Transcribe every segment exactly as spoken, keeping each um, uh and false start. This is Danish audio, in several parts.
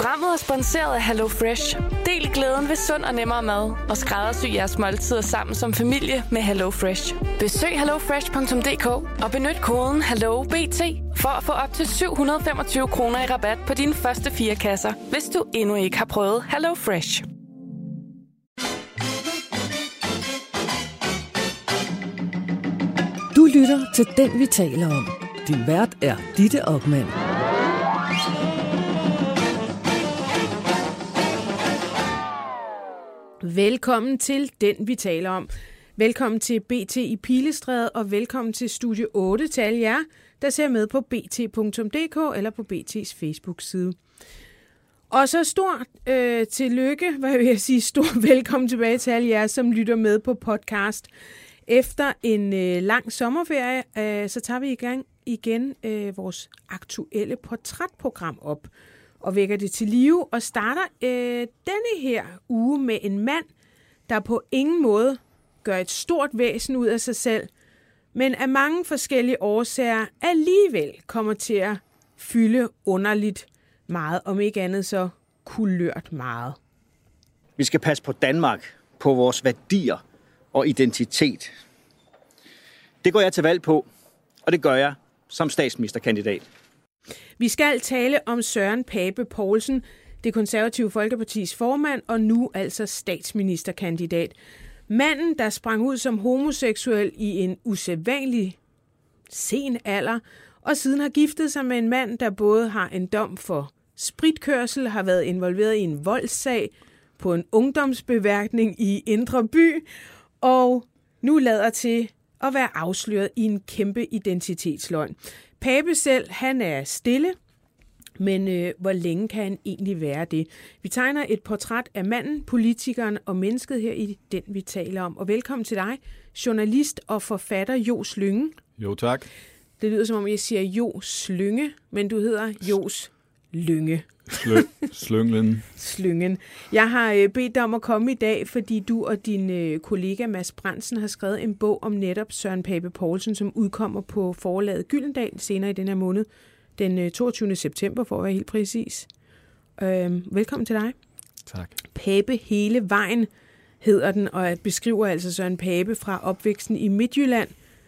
Programmet er sponsoreret af HelloFresh. Del glæden ved sund og nemmere mad og skræddersy jeres måltider sammen som familie med HelloFresh. Besøg hellofresh punktum d k og benyt koden HelloBT for at få op til syv hundrede og femogtyve kroner i rabat på dine første fire kasser, hvis du endnu ikke har prøvet HelloFresh. Du lytter til Den, vi taler om. Din vært er Ditte Okman. Velkommen til Den, vi taler om. Velkommen til B T i Pilestræde, og velkommen til Studie otte til alle jer, der ser med på b t punktum d k eller på B T's Facebook-side. Og så stort øh, tillykke, hvad vil jeg sige, stor velkommen tilbage til alle jer, som lytter med på podcast. Efter en øh, lang sommerferie, øh, så tager vi i gang igen øh, vores aktuelle portrætprogram op og vækker det til live og starter øh, denne her uge med en mand, der på ingen måde gør et stort væsen ud af sig selv, men af mange forskellige årsager alligevel kommer til at fylde underligt meget, om ikke andet så kulørt meget. Vi skal passe på Danmark, på vores værdier og identitet. Det går jeg til valg på, og det gør jeg som statsministerkandidat. Vi skal tale om Søren Pape Poulsen, Det Konservative Folkepartis formand, og nu altså statsministerkandidat. Manden, der sprang ud som homoseksuel i en usædvanlig sen alder, og siden har giftet sig med en mand, der både har en dom for spritkørsel, har været involveret i en voldssag på en ungdomsbeværtning i Indre By, og nu lader til at være afsløret i en kæmpe identitetsløgn. Pape selv, han er stille, men øh, hvor længe kan han egentlig være det? Vi tegner et portræt af manden, politikeren og mennesket her i Den, vi taler om. Og velkommen til dig, journalist og forfatter Jo Slynge. Jo, tak. Det lyder som om, jeg siger Jo Slynge, men du hedder Jos Lynge. Sly- Slynglen. Slyngen. Jeg har øh, bedt dig om at komme i dag, fordi du og din øh, kollega Mads Brandsen har skrevet en bog om netop Søren Pape Poulsen, som udkommer på forlaget Gyldendal senere i den her måned, den øh, toogtyvende september, for at være helt præcis. Øh, velkommen til dig. Tak. Pape hele vejen hedder den, og beskriver altså Søren Pape fra opvæksten i Midtjylland.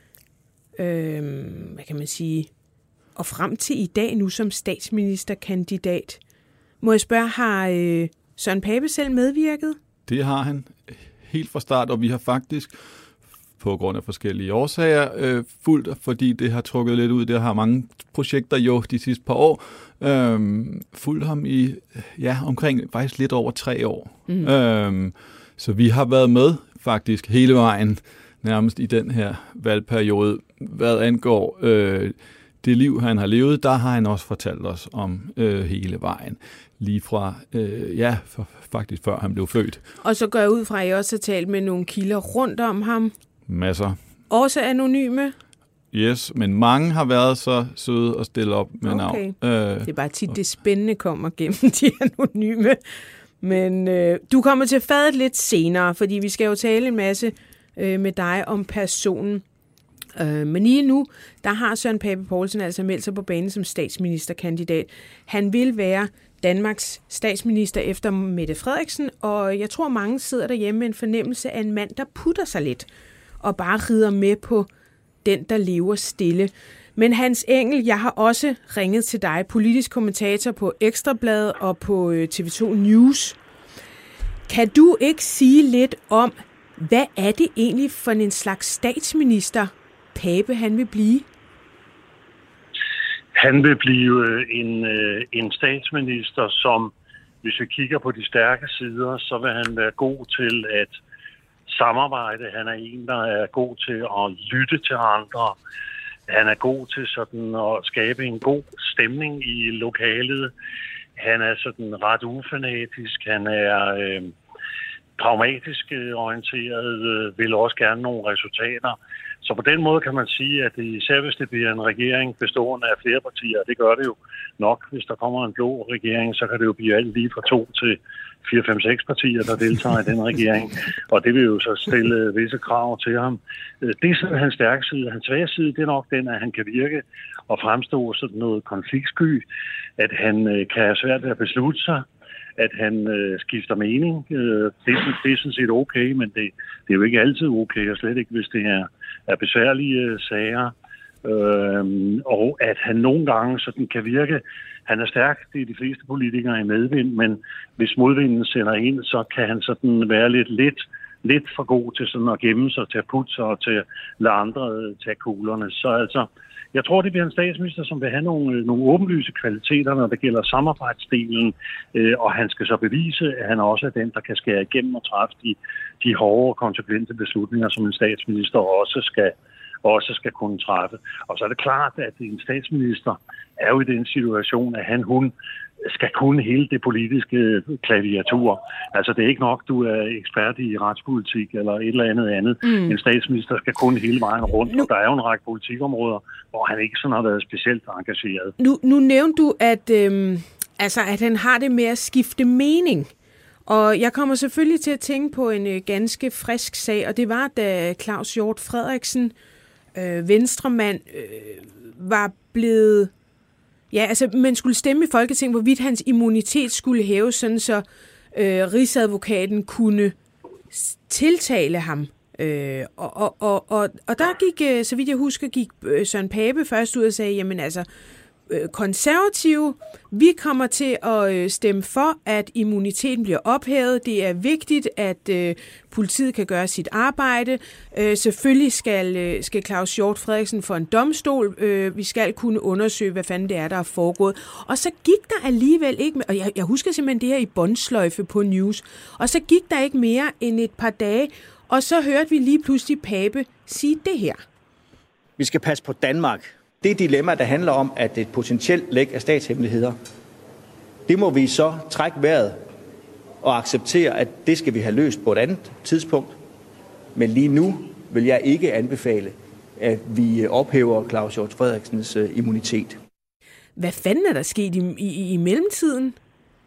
Øh, hvad kan man sige? Og frem til i dag nu som statsministerkandidat. Må jeg spørge, har øh, Søren Pape selv medvirket? Det har han helt fra start, og vi har faktisk på grund af forskellige årsager øh, fulgt, fordi det har trukket lidt ud. Det har mange projekter jo de sidste par år. Øh, fulgt ham i ja, omkring faktisk lidt over tre år. Mm. Øh, så vi har været med faktisk hele vejen, nærmest i den her valgperiode, hvad angår øh, det liv, han har levet. Der har han også fortalt os om øh, hele vejen. Lige fra, øh, ja, for, faktisk før han blev født. Og så går jeg ud fra, at I også har talt med nogle kilder rundt om ham. Masser. Også anonyme? Yes, men mange har været så søde at stille op med okay. navn. Øh, det er bare tit, det spændende kommer gennem de anonyme. Men øh, du kommer til fadet lidt senere, fordi vi skal jo tale en masse øh, med dig om personen. Øh, men lige nu, der har Søren Pape Poulsen altså meldt sig på banen som statsministerkandidat. Han vil være Danmarks statsminister efter Mette Frederiksen, og jeg tror, mange sidder derhjemme med en fornemmelse af en mand, der putter sig lidt og bare rider med på den, der lever stille. Men Hans Engel, jeg har også ringet til dig, politisk kommentator på Ekstrabladet og på T V to News. Kan du ikke sige lidt om, hvad er det egentlig for en slags statsminister, Pape han vil blive? Han vil blive en, en statsminister, som, hvis vi kigger på de stærke sider, så vil han være god til at samarbejde. Han er en, der er god til at lytte til andre. Han er god til sådan at skabe en god stemning i lokalet. Han er sådan ret ufanatisk. Han er øh, pragmatisk orienteret, øh, vil også gerne nogle resultater. Så på den måde kan man sige, at især hvis det bliver en regering bestående af flere partier, det gør det jo nok, hvis der kommer en blå regering, så kan det jo blive alt lige fra to til fire, fem, seks partier, der deltager i den regering. Og det vil jo så stille visse krav til ham. Det er sådan hans stærke side. Hans svage side, det er nok den, at han kan virke og fremstå sådan noget konfliktsky, at han kan have svært ved at beslutte sig, at han øh, skifter mening. Øh, det, er, det er sådan set okay, men det, det er jo ikke altid okay, og slet ikke, hvis det er, er besværlige øh, sager. Øh, og at han nogle gange sådan kan virke, han er stærk, det er de fleste politikere i medvind, men hvis modvinden sender ind, så kan han sådan være lidt lidt lidt for god til sådan at gemme sig, til at putte sig og til at lade andre tage kuglerne. Så altså, jeg tror, det bliver en statsminister, som vil have nogle, nogle åbenlyse kvaliteter, når det gælder samarbejdsdelen, øh, og han skal så bevise, at han også er den, der kan skære igennem og træffe de, de hårde og konsekvente beslutninger, som en statsminister også skal, også skal kunne træffe. Og så er det klart, at en statsminister er jo i den situation, at han, hun skal kunne hele det politiske klaviatur. Altså, det er ikke nok, du er ekspert i retspolitik eller et eller andet andet. Mm. En statsminister skal kunne hele vejen rundt, nu, og der er jo en række politikområder, hvor han ikke sådan har været specielt engageret. Nu, nu nævnte du, at, øhm, altså, at han har det med at skifte mening. Og jeg kommer selvfølgelig til at tænke på en øh, ganske frisk sag, og det var, da Claus Hjort Frederiksen, øh, venstremand, øh, var blevet... Ja, altså man skulle stemme i Folketinget, hvorvidt hans immunitet skulle hæves, sådan så øh, rigsadvokaten kunne tiltale ham. Øh, og, og, og, og, og der gik, øh, så vidt jeg husker, gik øh, Søren Pape først ud og sagde, jamen altså, øh, konservative, vi kommer til at øh, stemme for, at immuniteten bliver ophævet. Det er vigtigt, at øh, politiet kan gøre sit arbejde. Øh, selvfølgelig skal, øh, skal Claus Hjort Frederiksen for en domstol. Øh, vi skal kunne undersøge, hvad fanden det er, der er foregået. Og så gik der alligevel ikke... Og jeg, jeg husker simpelthen det her i båndsløjfe på News. Og så gik der ikke mere end et par dage, og så hørte vi lige pludselig Pape sige det her. Vi skal passe på Danmark. Det dilemma, der handler om, at et potentielt læk af statshemmeligheder, det må vi så trække vejret og acceptere, at det skal vi have løst på et andet tidspunkt. Men lige nu vil jeg ikke anbefale, at vi ophæver Claus Hjort Frederiksens immunitet. Hvad fanden er der sket i, i, i mellemtiden?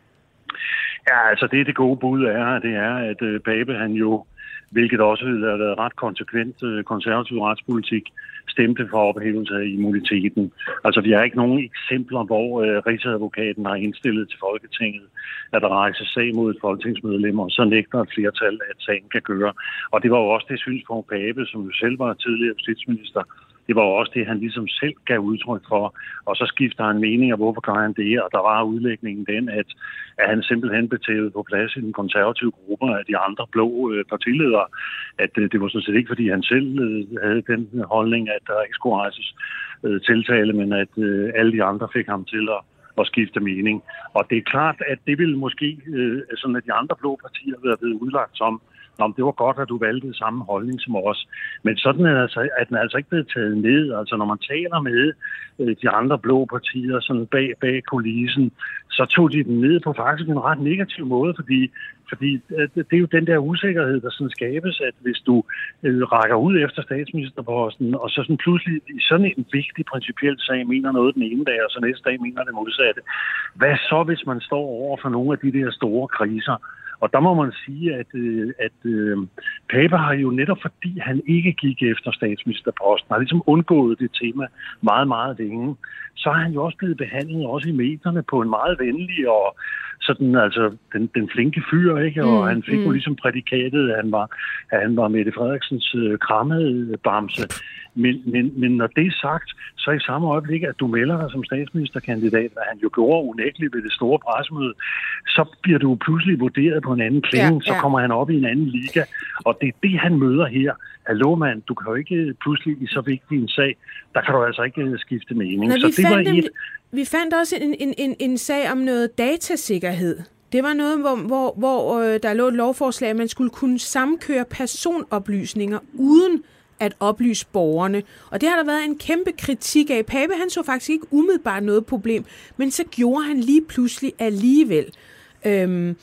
Ja, altså det, det gode bud er, det er, at Pape, han jo, hvilket også har været ret konsekvent konservativ retspolitik, stemte for ophævelse af immuniteten. Altså, vi har ikke nogen eksempler, hvor øh, rigsadvokaten har indstillet til Folketinget, at der rejses sag mod et folketingsmedlem, og så nægter et flertal, at sagen kan køre. Og det var jo også det synspunkt, Pape, som jo selv var tidligere justitsminister, det var jo også det, han ligesom selv gav udtryk for. Og så skifter han mening, og hvorfor gør han det? Og der var udlægningen den, at, at han simpelthen blev taget på plads i den konservative gruppe af de andre blå øh, partiledere. At øh, det var sådan set ikke, fordi han selv øh, havde den holdning, at der ikke skulle rejses øh, tiltale, men at øh, alle de andre fik ham til at, at skifte mening. Og det er klart, at det ville måske, øh, sådan at de andre blå partier være blevet udlagt som, Nå, det var godt, at du valgte samme holdning som os. Men sådan er, altså, at den er altså ikke blevet taget ned. Altså, når man taler med øh, de andre blå partier sådan bag, bag kulissen, så tog de den ned på faktisk en ret negativ måde, fordi, fordi øh, det er jo den der usikkerhed, der sådan skabes, at hvis du øh, rækker ud efter statsministerposten, og så sådan pludselig i sådan en vigtig principiel sag mener noget den ene dag, og så næste dag mener det modsatte. Hvad så, hvis man står over for nogle af de der store kriser? Og der må man sige, at, at, at Pape har jo netop fordi han ikke gik efter statsministerposten, har ligesom undgået det tema meget, meget længe, så er han jo også blevet behandlet også i medierne på en meget venlig og sådan, altså den, den flinke fyr, ikke? Og mm, han fik mm. jo ligesom prædikatet, at han var, at han var Mette Frederiksens øh, krammede bamse. Men, men, men når det er sagt, så i samme øjeblik, at du melder dig som statsministerkandidat, hvad han jo gjorde unægteligt ved det store pressemøde, så bliver du pludselig vurderet på en anden klinge, ja, ja. Så kommer han op i en anden liga, og det er det, han møder her. Hallo mand, du kan jo ikke pludselig i så vigtig en sag, der kan du altså ikke skifte mening. Nå, så vi, det fandt var dem, et... vi fandt også en, en, en, en sag om noget datasikkerhed. Det var noget, hvor, hvor, hvor øh, der lå et lovforslag, at man skulle kunne samkøre personoplysninger uden at oplyse borgerne. Og det har der været en kæmpe kritik af. Pape, han så faktisk ikke umiddelbart noget problem, men så gjorde han lige pludselig alligevel. Øhm,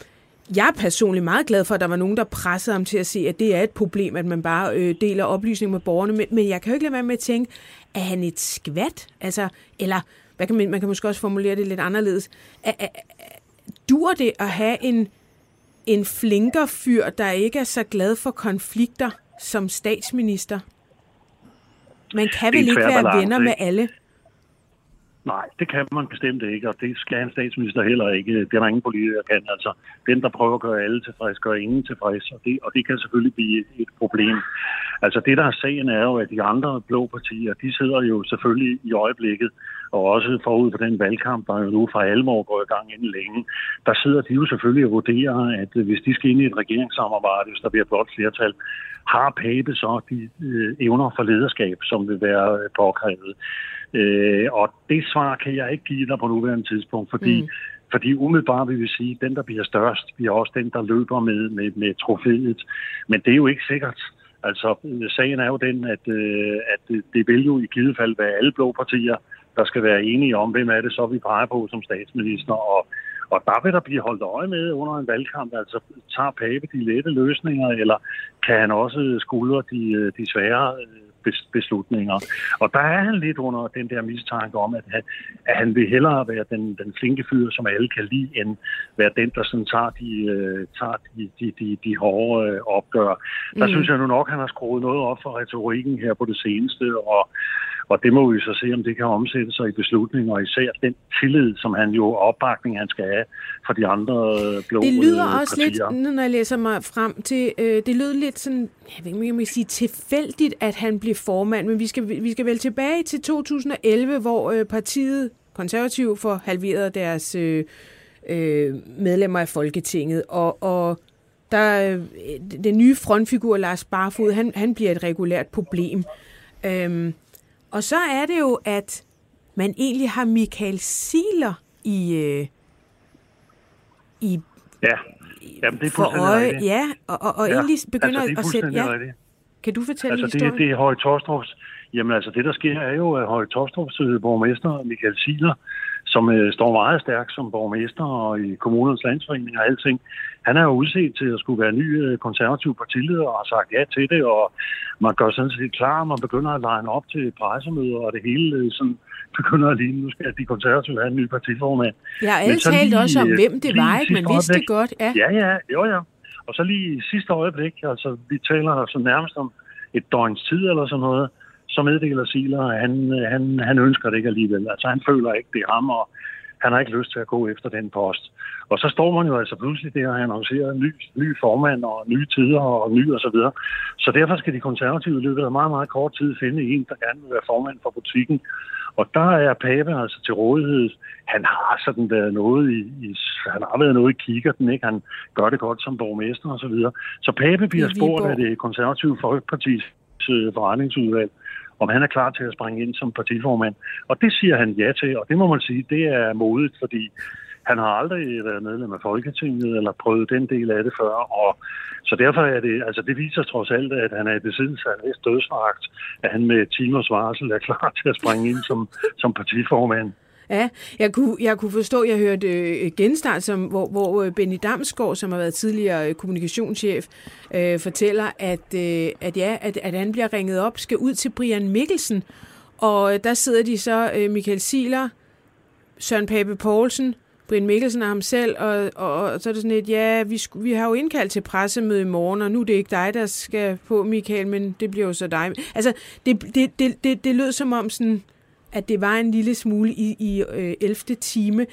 jeg er personligt meget glad for, at der var nogen, der pressede ham til at se, at det er et problem, at man bare øh, deler oplysning med borgerne. Men, men jeg kan jo ikke lade være med at tænke, er han et skvat? Altså, eller hvad kan man, man kan måske også formulere det lidt anderledes. Er, er, dur det at have en, en flinker fyr, der ikke er så glad for konflikter som statsminister? Man kan vel ikke være balance, venner med alle? Nej, det kan man bestemt ikke, og det skal en statsminister heller ikke. Det er der ingen politikere kan. Altså, den, der prøver at gøre alle tilfreds, gør ingen tilfreds, og det, og det kan selvfølgelig blive et, et problem. Altså, det der er sagen er jo, at de andre blå partier, de sidder jo selvfølgelig i øjeblikket, og også forud for den valgkamp, der jo nu fra alvor går i gang inden længe, der sidder de jo selvfølgelig og vurderer, at hvis de skal ind i et regeringssamarbejde, hvis der bliver et blot flertal, har Pape så de øh, evner for lederskab, som vil være øh, påkrævet. Øh, og det svar kan jeg ikke give dig på nuværende tidspunkt, fordi, mm. fordi umiddelbart vil vi sige, at den, der bliver størst, bliver også den, der løber med, med, med trofæet. Men det er jo ikke sikkert. Altså, sagen er jo den, at, øh, at det, det vil jo i givet fald være alle blå partier, der skal være enige om, hvem er det så, vi peger på som statsminister. Og, og der vil der blive holdt øje med under en valgkamp. Altså, tager Pape de lette løsninger, eller kan han også skuldre de, de svære beslutninger. Og der er han lidt under den der mistanke om, at han, at han vil hellere være den, den flinke fyr, som alle kan lide, end være den, der sådan tager de, uh, tager de, de, de, de hårde uh, opgør. Der mm. synes jeg nu nok, han har skruet noget op for retorikken her på det seneste, og Og det må vi så se, om det kan omsætte sig i beslutninger, og især den tillid, som han jo opbakning, han skal have fra de andre blå partier. Det lyder også partier. lidt, når jeg læser mig frem til, øh, det lyder lidt sådan, jeg ved ikke, om jeg sige, tilfældigt, at han bliver formand, men vi skal, vi skal vel tilbage til to tusind og elleve, hvor øh, partiet Konservativ får halveret deres øh, øh, medlemmer af Folketinget, og, og der øh, den nye frontfigur, Lars Barfoed, han, han bliver et regulært problem. Øh, Og så er det jo, at man egentlig har Michael Ziegler i, øh, i ja. Jamen, det er for øje, rigtigt. ja, og, og, og ja. egentlig begynder altså, at sætte... Ja. Kan du fortælle altså, historien? Det, det er Høje Taastrups. Jamen altså, det der sker er jo, at Høje Taastrups borgmester, Michael Ziegler, som øh, står meget stærk som borgmester og i kommunernes landsforening og alting, han er jo udset til at skulle være ny øh, konservativ partileder og har sagt ja til det, og man gør sådan set klar, og man begynder at line op til pressemøder, og det hele øh, sådan begynder at ligne, nu skal de konservative have en ny partiformand. Ja, alle talte også om, hvem det var, ikke? Man vidste det godt. Ja, ja, ja, jo, ja. Og så lige i sidste øjeblik, altså vi taler så nærmest om et døgns tid eller sådan noget, så meddeler Ziegler, at han, han, han ønsker det ikke alligevel. Altså han føler ikke, det er ham, og han har ikke lyst til at gå efter den post. Og så står man jo altså pludselig der og annoncerer en ny, ny formand og nye tider og ny og så videre. Så derfor skal de konservative i løbet af meget, meget kort tid finde en, der gerne vil være formand for butikken. Og der er Pape altså til rådighed. Han har sådan været noget i, i han har været noget i kikkerten, ikke? Han gør det godt som borgmester og så videre. Så Pape bliver spurgt af det konservative Folkepartis forretningsudvalg, om han er klar til at springe ind som partiformand. Og det siger han ja til, og det må man sige, det er modigt, fordi han har aldrig været medlem af Folketinget eller prøvet den del af det før, og så derfor er det, altså det viser trods alt, at han er i besiddelse af en vist dødsforagt, at han med timers varsel er klar til at springe ind som, som partiformand. Ja, jeg kunne, jeg kunne forstå, at jeg hørte øh, genstart, som, hvor, hvor Benny Damsgaard, som har været tidligere øh, kommunikationschef, øh, fortæller, at, øh, at, ja, at, at han bliver ringet op, skal ud til Brian Mikkelsen, og øh, der sidder de så, øh, Michael Ziegler, Søren Pape Poulsen, Brian Mikkelsen og ham selv, og, og, og så er det sådan et, ja, vi, vi har jo indkaldt til pressemøde i morgen, og nu er det ikke dig, der skal på, Michael, men det bliver jo så dig. Altså, det, det, det, det, det lød som om sådan, at det var en lille smule i, i øh, ellevte time.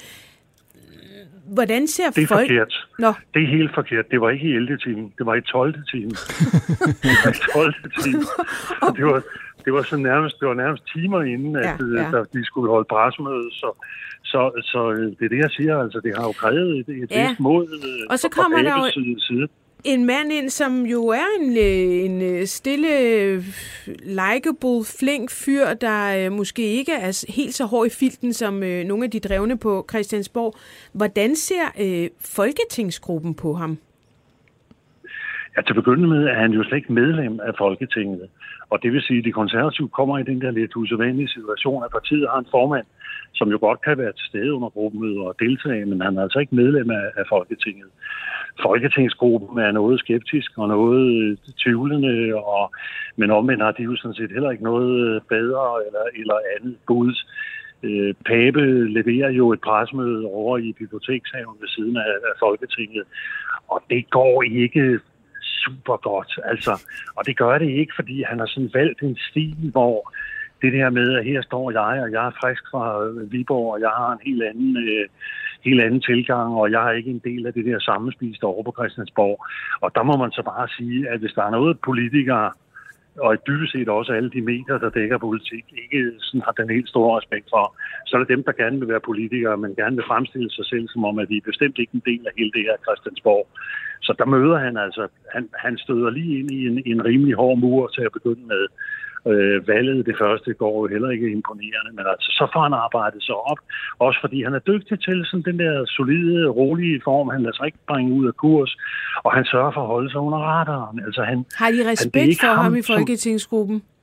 Hvordan ser folk... Det er folk... forkert. Nå. Det er helt forkert. Det var ikke i ellevte time. Det var i tolvte time. Det var i tolvte time. Og det var, det var så nærmest, det var nærmest timer inden, at ja, ja. Der, de skulle holde pressemøde. Så, så, så det er det, jeg siger. Altså, det har jo krævet et, et ja. vist mod og så kommer der jo... side. En mand ind, som jo er en, en stille, likeable, flink fyr, der måske ikke er helt så hård i filten som nogle af de drevne på Christiansborg. Hvordan ser øh, Folketingsgruppen på ham? Ja, til begynde med er han jo slet ikke medlem af Folketinget. Og det vil sige, at de konservative kommer i den der lidt usædvanlige situation, at partiet har en formand, som jo godt kan være til stede under gruppemøder og deltage, men han er altså ikke medlem af, af Folketinget. Folketingsgruppen er noget skeptisk og noget tvivlende, og, men omvendt har de jo sådan set heller ikke noget bedre eller, eller andet bud. Øh, Pape leverer jo et pressemøde over i bibliotekshaven ved siden af, af Folketinget, og det går ikke super godt. Altså, og det gør det ikke, fordi han har sådan valgt en stil, hvor det der med, at her står jeg, og jeg er frisk fra Viborg, og jeg har en helt anden, øh, helt anden tilgang, og jeg er ikke en del af det der sammenspiste over på Christiansborg. Og der må man så bare sige, at hvis der er noget politikere, og dybest set også alle de medier, der dækker politik, ikke sådan har den helt store respekt for, så er det dem, der gerne vil være politikere, men gerne vil fremstille sig selv, som om, at de er bestemt ikke en del af hele det her Christiansborg. Så der møder han altså, han, han støder lige ind i en, en rimelig hård mur til at begynde med. Øh, valget det første går jo heller ikke imponerende, men altså så får han arbejdet sig op, også fordi han er dygtig til sådan den der solide, rolige form, han lader sig ikke bringe ud af kurs, og han sørger for at holde sig under radaren. Altså, han, har de respekt for ham, ham i Folketingsgruppen? Som,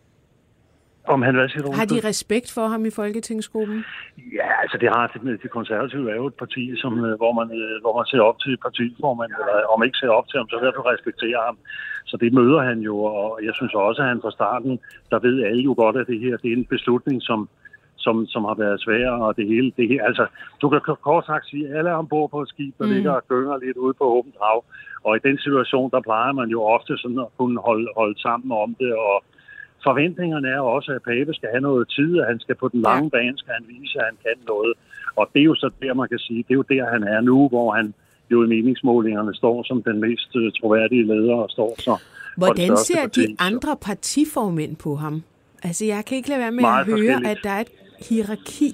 om han, hvad siger du? Har de respekt for ham i Folketingsgruppen? Ja, altså det har de, de konservative er jo et parti, som, hvor, man, hvor man ser op til partiformanden, eller om ikke ser op til ham, så derfor respekterer ham. Så det møder han jo, og jeg synes også, at han fra starten, der ved alle jo godt, at det her det er en beslutning, som, som, som har været svær, og det hele, det hele. Altså, du kan kort sagt sige, at alle er ombord på et skib, der mm. ligger og gynger lidt ude på åbent hav, og i den situation, der plejer man jo ofte sådan at kunne holde, holde sammen om det, og forventningerne er også, at Pape skal have noget tid, at han skal på den lange bane, skal han vise, at han kan noget. Og det er jo så der, man kan sige, det er jo der, han er nu, hvor han jo i meningsmålingerne står som den mest troværdige leder og står så. Hvordan ser parti, de andre partiformænd på ham? Altså, jeg kan ikke lade være med at høre, at der er et hierarki.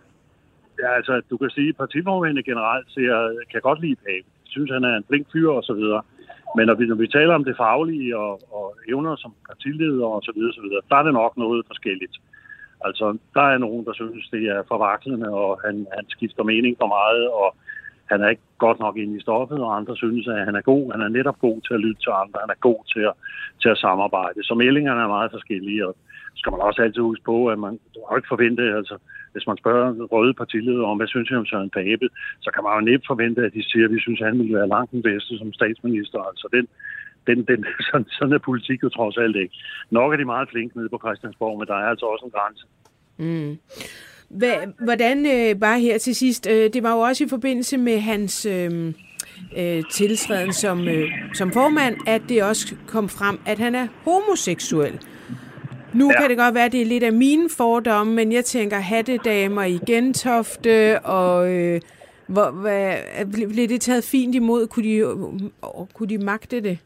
Ja, altså, du kan sige, at partiformændene generelt ser, kan godt lide Pape. Synes, han er en flink fyr og så videre. Men når vi, når vi taler om det faglige og, og evner som partileder og så videre, så videre, der er det nok noget forskelligt. Altså, der er nogen, der synes, det er for vaklende, og han, han skifter mening for meget, og han er ikke godt nok inde i stoffet, og andre synes, at han er god. Han er netop god til at lytte til andre. Han er god til at, til at samarbejde. Så meldingerne er meget forskellige, og skal man også altid huske på, at man du har ikke forvente, altså hvis man spørger røde partiledere om, hvad synes jeg om Søren Pape, så kan man jo nemt forvente, at de siger, at vi synes, at han ville være langt den bedste som statsminister. Altså den, den, den, sådan, sådan er politik jo trods alt ikke. Nok er de meget flinke nede på Christiansborg, men der er altså også en grænse. Mm. Hvordan, øh, bare her til sidst, øh, det var jo også i forbindelse med hans øh, øh, tiltræden som, øh, som formand, at det også kom frem, at han er homoseksuel. Nu ja. Kan det godt være, at det er lidt af mine fordomme, men jeg tænker hattedamer i Gentofte, og øh, hvor, hvad, blev det taget fint imod? Kunne de, øh, kunne de magte det?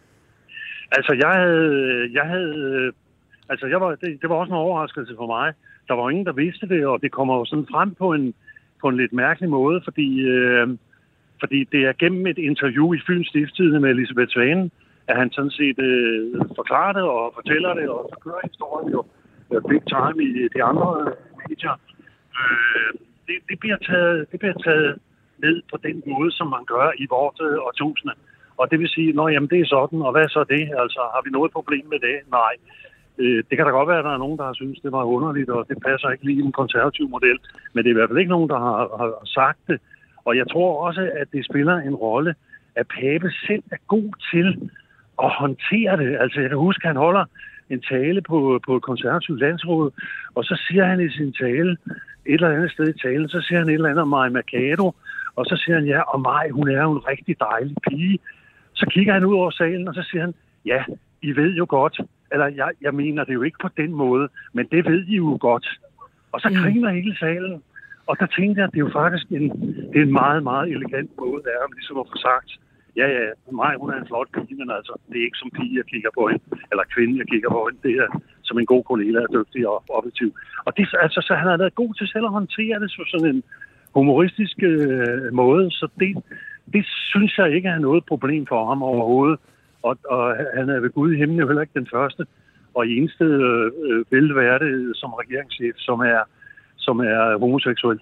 Altså, jeg havde, jeg havde, altså, jeg var, det, det var også en overraskelse for mig. Der var ingen, der vidste det, og det kommer jo sådan frem på en, på en lidt mærkelig måde, fordi, øh, fordi det er gennem et interview i Fyns Stiftstidende med Elisabeth Svane, at han sådan set øh, forklarer det og fortæller det, og så kører historien jo big time i de andre medier. Øh, det, det, bliver taget, det bliver taget ned på den måde, som man gør i vores årtusinde. Og det vil sige, nå jamen det er sådan, og hvad er så det? Altså har vi noget problem med det? Nej. Øh, det kan da godt være, at der er nogen, der har syntes, det var underligt, og det passer ikke lige i en konservativ model. Men det er i hvert fald ikke nogen, der har, har sagt det. Og jeg tror også, at det spiller en rolle, at Pape selv er god til at håndtere det. Altså jeg kan huske, at han holder en tale på, på et konservativt landsråd, og så siger han i sin tale, et eller andet sted i talen, så siger han et eller andet om Maja Mercado, og så siger han, ja, og Maja, hun er jo en rigtig dejlig pige. Så kigger han ud over salen, og så siger han, ja, I ved jo godt, eller jeg, jeg mener det jo ikke på den måde, men det ved I jo godt. Og så griner mm. hele salen, og der tænkte jeg, at det er jo faktisk en, det er en meget, meget elegant måde, der er ligesom at få sagt, ja, ja, Maja, hun er en flot pige, men altså, det er ikke som pige, jeg kigger på hende, eller kvinde, jeg kigger på hende, det er som en god kollega, er dygtig og objektiv. Og det, altså, så han har været god til selv at håndtere det på sådan en humoristisk øh, måde, så det, det synes jeg ikke er noget problem for ham overhovedet. Og, og han er ved Gud i himlen jo heller ikke den første, og i eneste øh, vil være det som regeringschef, som er, som er homoseksuel.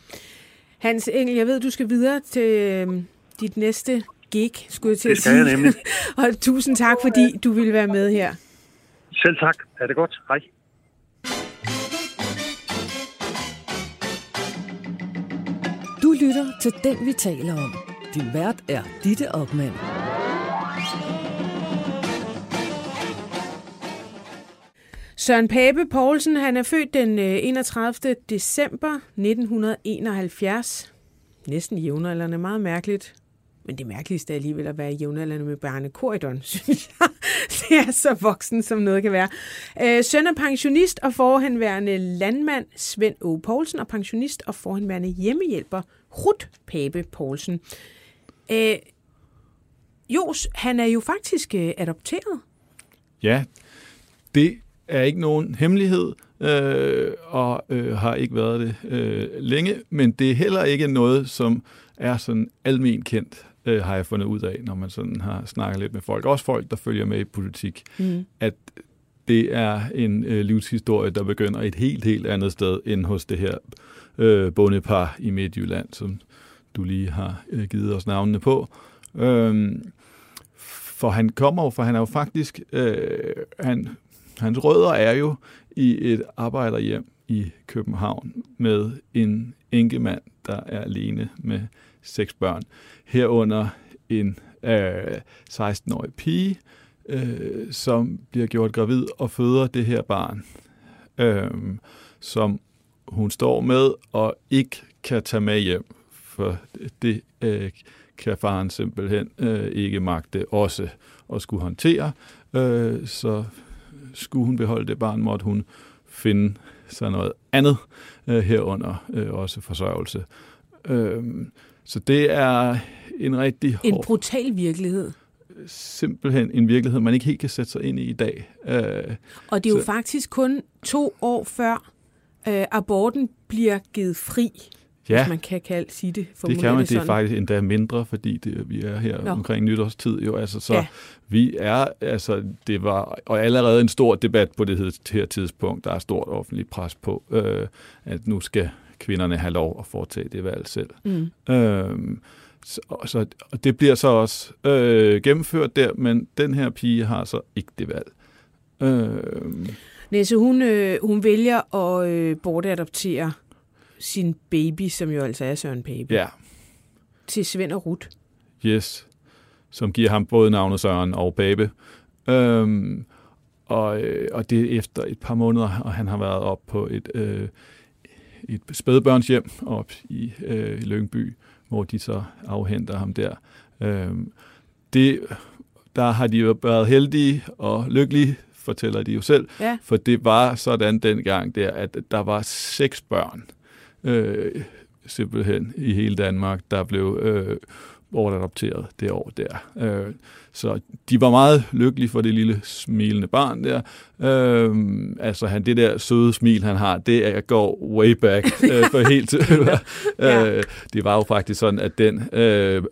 Hans Engel, jeg ved, du skal videre til øh, dit næste gig, skulle jeg til det at sige. Det skal jeg nemlig. Og tusind tak, fordi du ville være med her. Selv tak. Ha' det godt. Hej. Du lytter til Den, vi taler om. Din vært er Ditte Okman. Søren Pape Poulsen, han er født den enogtredivte december nitten enoghalvfjerds. Næsten jævnaldrende, meget mærkeligt. Men det mærkeligste er alligevel at være jævnaldrende med Bjarne Corydon, synes jeg. Det er så voksen, som noget kan være. Øh, søn er pensionist og forhenværende landmand Svend O. Poulsen, og pensionist og forhenværende hjemmehjælper Ruth Pape Poulsen. Øh, Jos, han er jo faktisk øh, adopteret. Ja, det er ikke nogen hemmelighed, øh, og øh, har ikke været det øh, længe, men det er heller ikke noget, som er sådan almen kendt, øh, har jeg fundet ud af, når man sådan har snakket lidt med folk. Også folk, der følger med i politik, mm. at det er en øh, livshistorie, der begynder et helt, helt andet sted, end hos det her øh, bondepar i Midtjylland, som du lige har øh, givet os navnene på. Øhm, for han kommer jo, for han er jo faktisk, øh, han, hans rødder er jo i et arbejderhjem i København med en enkemand, der er alene med seks børn. Herunder en øh, seksten-årig pige, øh, som bliver gjort gravid og føder det her barn, øh, som hun står med og ikke kan tage med hjem, for det øh, kan faren simpelthen øh, ikke magte også at skulle håndtere. Øh, så skulle hun beholde det barn, måtte hun finde sig noget andet øh, herunder, øh, også forsørgelse. Øh, så det er en rigtig hård... En brutal virkelighed. Simpelthen en virkelighed, man ikke helt kan sætte sig ind i i dag. Øh, Og det er jo så... faktisk kun to år før øh, aborten bliver givet fri. Ja, hvis man kan kalde, sige det. det kan man. Det er faktisk endda mindre, fordi det, vi er her Nå. omkring nytårstid. Jo, altså, så ja. vi er, altså, det var og allerede en stor debat på det her tidspunkt. Der er stort offentligt pres på, øh, at nu skal kvinderne have lov at foretage det valg selv. Mm. Øh, så, så, og det bliver så også øh, gennemført der, men den her pige har så ikke det valg. Øh, Nej, så hun, øh, hun vælger at øh, bortadoptere sin baby, som jo altså er Søren Pape, ja. til Svend og Ruth. Yes, som giver ham både navnet Søren og Pape. Øhm, og, og det er efter et par måneder, og han har været op på et, øh, et spædbørnshjem op i, øh, i Lyngby, hvor de så afhenter ham der. Øhm, det, der har de jo været heldige og lykkelige, fortæller de jo selv, ja. For det var sådan dengang der, at der var seks børn, Øh, simpelthen i hele Danmark, der blev øh, bortadopteret det år der. Øh, så de var meget lykkelige for det lille smilende barn der. Øh, altså han, det der søde smil, han har, det er, går way back. øh, for helt, ja. øh, det var jo faktisk sådan, at den, øh,